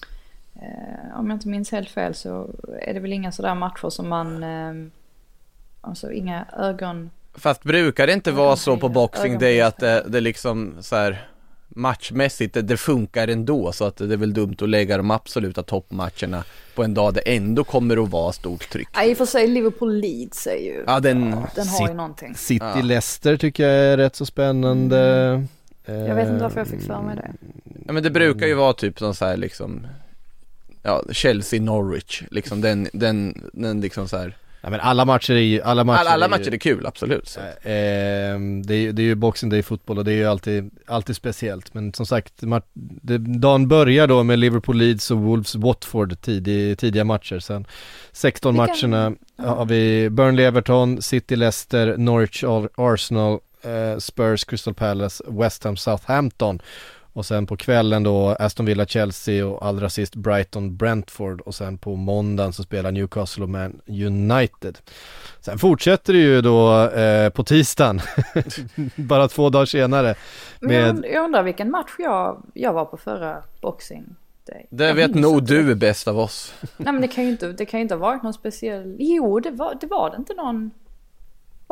[SPEAKER 4] eh, om jag inte minns helt fel så är det väl inga sådär matcher som man, eh, alltså inga ögon...
[SPEAKER 5] Fast brukar det inte vara så på Boxing Day att det, det liksom så här matchmässigt det, det funkar ändå, så att det är väl dumt att lägga de absoluta toppmatcherna på en dag det ändå kommer att vara stort tryck.
[SPEAKER 4] Ja, i och för sig Liverpool Leeds är ju,
[SPEAKER 5] ja, den,
[SPEAKER 4] ja, den har ju någonting.
[SPEAKER 1] City ja. Leicester tycker jag är rätt så spännande.
[SPEAKER 4] Mm. Jag vet inte varför jag fick för mig det.
[SPEAKER 5] Ja, men det brukar ju vara typ sån så här liksom, ja, Chelsea Norwich liksom den, den, den liksom så här.
[SPEAKER 1] Ja, men alla matcher är alla matcher,
[SPEAKER 5] alla, alla
[SPEAKER 1] är,
[SPEAKER 5] matcher är kul, absolut. Så.
[SPEAKER 1] Eh, det, är, det är ju Boxing Day fotboll och det är ju alltid, alltid speciellt. Men som sagt, det, dagen börjar då med Liverpool Leeds och Wolves Watford tidig, tidiga matcher. Sen sexton Vilka... matcherna ja. har vi Burnley Everton, City Leicester, Norwich Arsenal, eh, Spurs Crystal Palace, West Ham Southampton. Och sen på kvällen då Aston Villa Chelsea och allra sist Brighton Brentford, och sen på måndagen så spelar Newcastle och Man United. Sen fortsätter det ju då eh, på tisdagen bara två dagar senare med...
[SPEAKER 4] Men jag undrar vilken match jag, jag var på förra Boxing Day.
[SPEAKER 5] Det
[SPEAKER 4] jag
[SPEAKER 5] vet nog du är bäst av oss.
[SPEAKER 4] Nej, men det kan ju inte, det kan ju inte ha varit någon speciell... Jo, det var det, var det inte någon...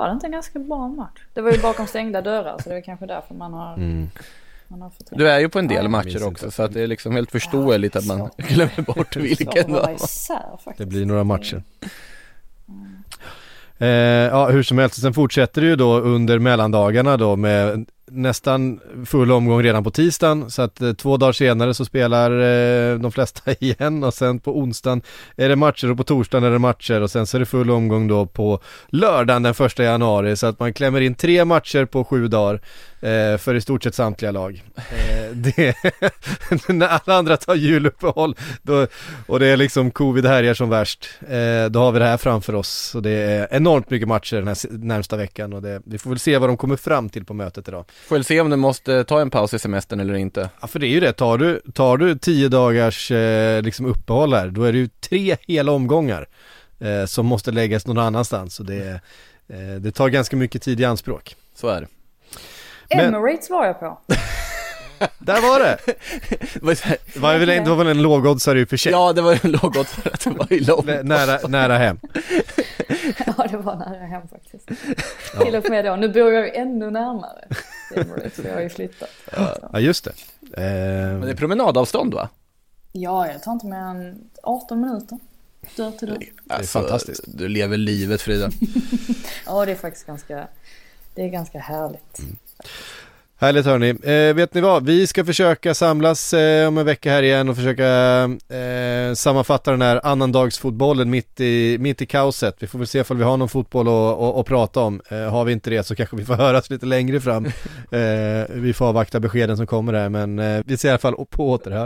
[SPEAKER 4] Var det inte en ganska bra match? Det var ju bakom stängda dörrar, så det är kanske därför man har... Mm. Man har
[SPEAKER 5] du är ju på en del
[SPEAKER 4] ja,
[SPEAKER 5] matcher också, så att det är liksom helt förståeligt ja, att man glömmer bort vilken
[SPEAKER 4] det var.
[SPEAKER 1] Det blir några matcher. Mm. Eh, ja, hur som helst, sen fortsätter det ju då under mellandagarna då med nästan full omgång redan på tisdagen, så att eh, två dagar senare så spelar eh, de flesta igen, och sen på onsdagen är det matcher och på torsdagen är det matcher, och sen så är det full omgång då på lördagen den första januari, så att man klämmer in tre matcher på sju dagar eh, för i stort sett samtliga lag. Eh, det när alla andra tar juluppehåll då, och det är liksom covid härjar som värst, eh, då har vi det här framför oss, och det är enormt mycket matcher den här närmsta veckan, och det, vi får väl se vad de kommer fram till på mötet idag.
[SPEAKER 5] Får väl se om du måste ta en paus i semestern eller inte.
[SPEAKER 1] Ja, för det är ju det. Tar du, tar du tio dagars eh, liksom uppehåll här, då är det ju tre hela omgångar eh, som måste läggas någon annanstans. Och det, eh, det tar ganska mycket tid i anspråk.
[SPEAKER 5] Så är det.
[SPEAKER 1] Men,
[SPEAKER 4] Emirates var jag på.
[SPEAKER 1] Där var det. Det var väl en, det var väl en lågoddsare i och för sig.
[SPEAKER 5] Ja, det var en lågoddsare att det var i långt.
[SPEAKER 1] nära, nära hem.
[SPEAKER 4] Ja, det var nära hem faktiskt. Ja. Till och med då. Nu bor jag ju ännu närmare Emirates, för jag har ju flyttat.
[SPEAKER 1] Ja, ja just det.
[SPEAKER 5] Eh... Men det är promenadavstånd, va?
[SPEAKER 4] Ja, jag tar inte mer än arton minuter. Dör till dörr.
[SPEAKER 1] Det är alltså, fantastiskt.
[SPEAKER 5] Du lever livet, Frida.
[SPEAKER 4] Ja, det är faktiskt ganska, det är ganska härligt. Mm.
[SPEAKER 1] Härligt hörni. Eh, vet ni vad? Vi ska försöka samlas eh, om en vecka här igen och försöka eh, sammanfatta den här annandagsfotbollen mitt i, mitt i kaoset. Vi får väl se ifall vi har någon fotboll att, att, att prata om. Eh, har vi inte det så kanske vi får höras lite längre fram. Eh, vi får avvakta beskeden som kommer där, men eh, vi ser i alla fall på återhör.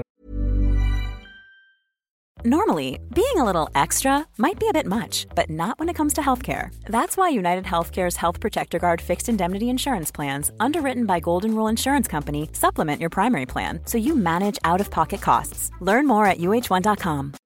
[SPEAKER 7] Normally, being a little extra might be a bit much, but not when it comes to healthcare. That's why United Healthcare's Health Protector Guard fixed indemnity insurance plans, underwritten by Golden Rule Insurance Company, supplement your primary plan so you manage out-of-pocket costs. Learn more at U H one dot com.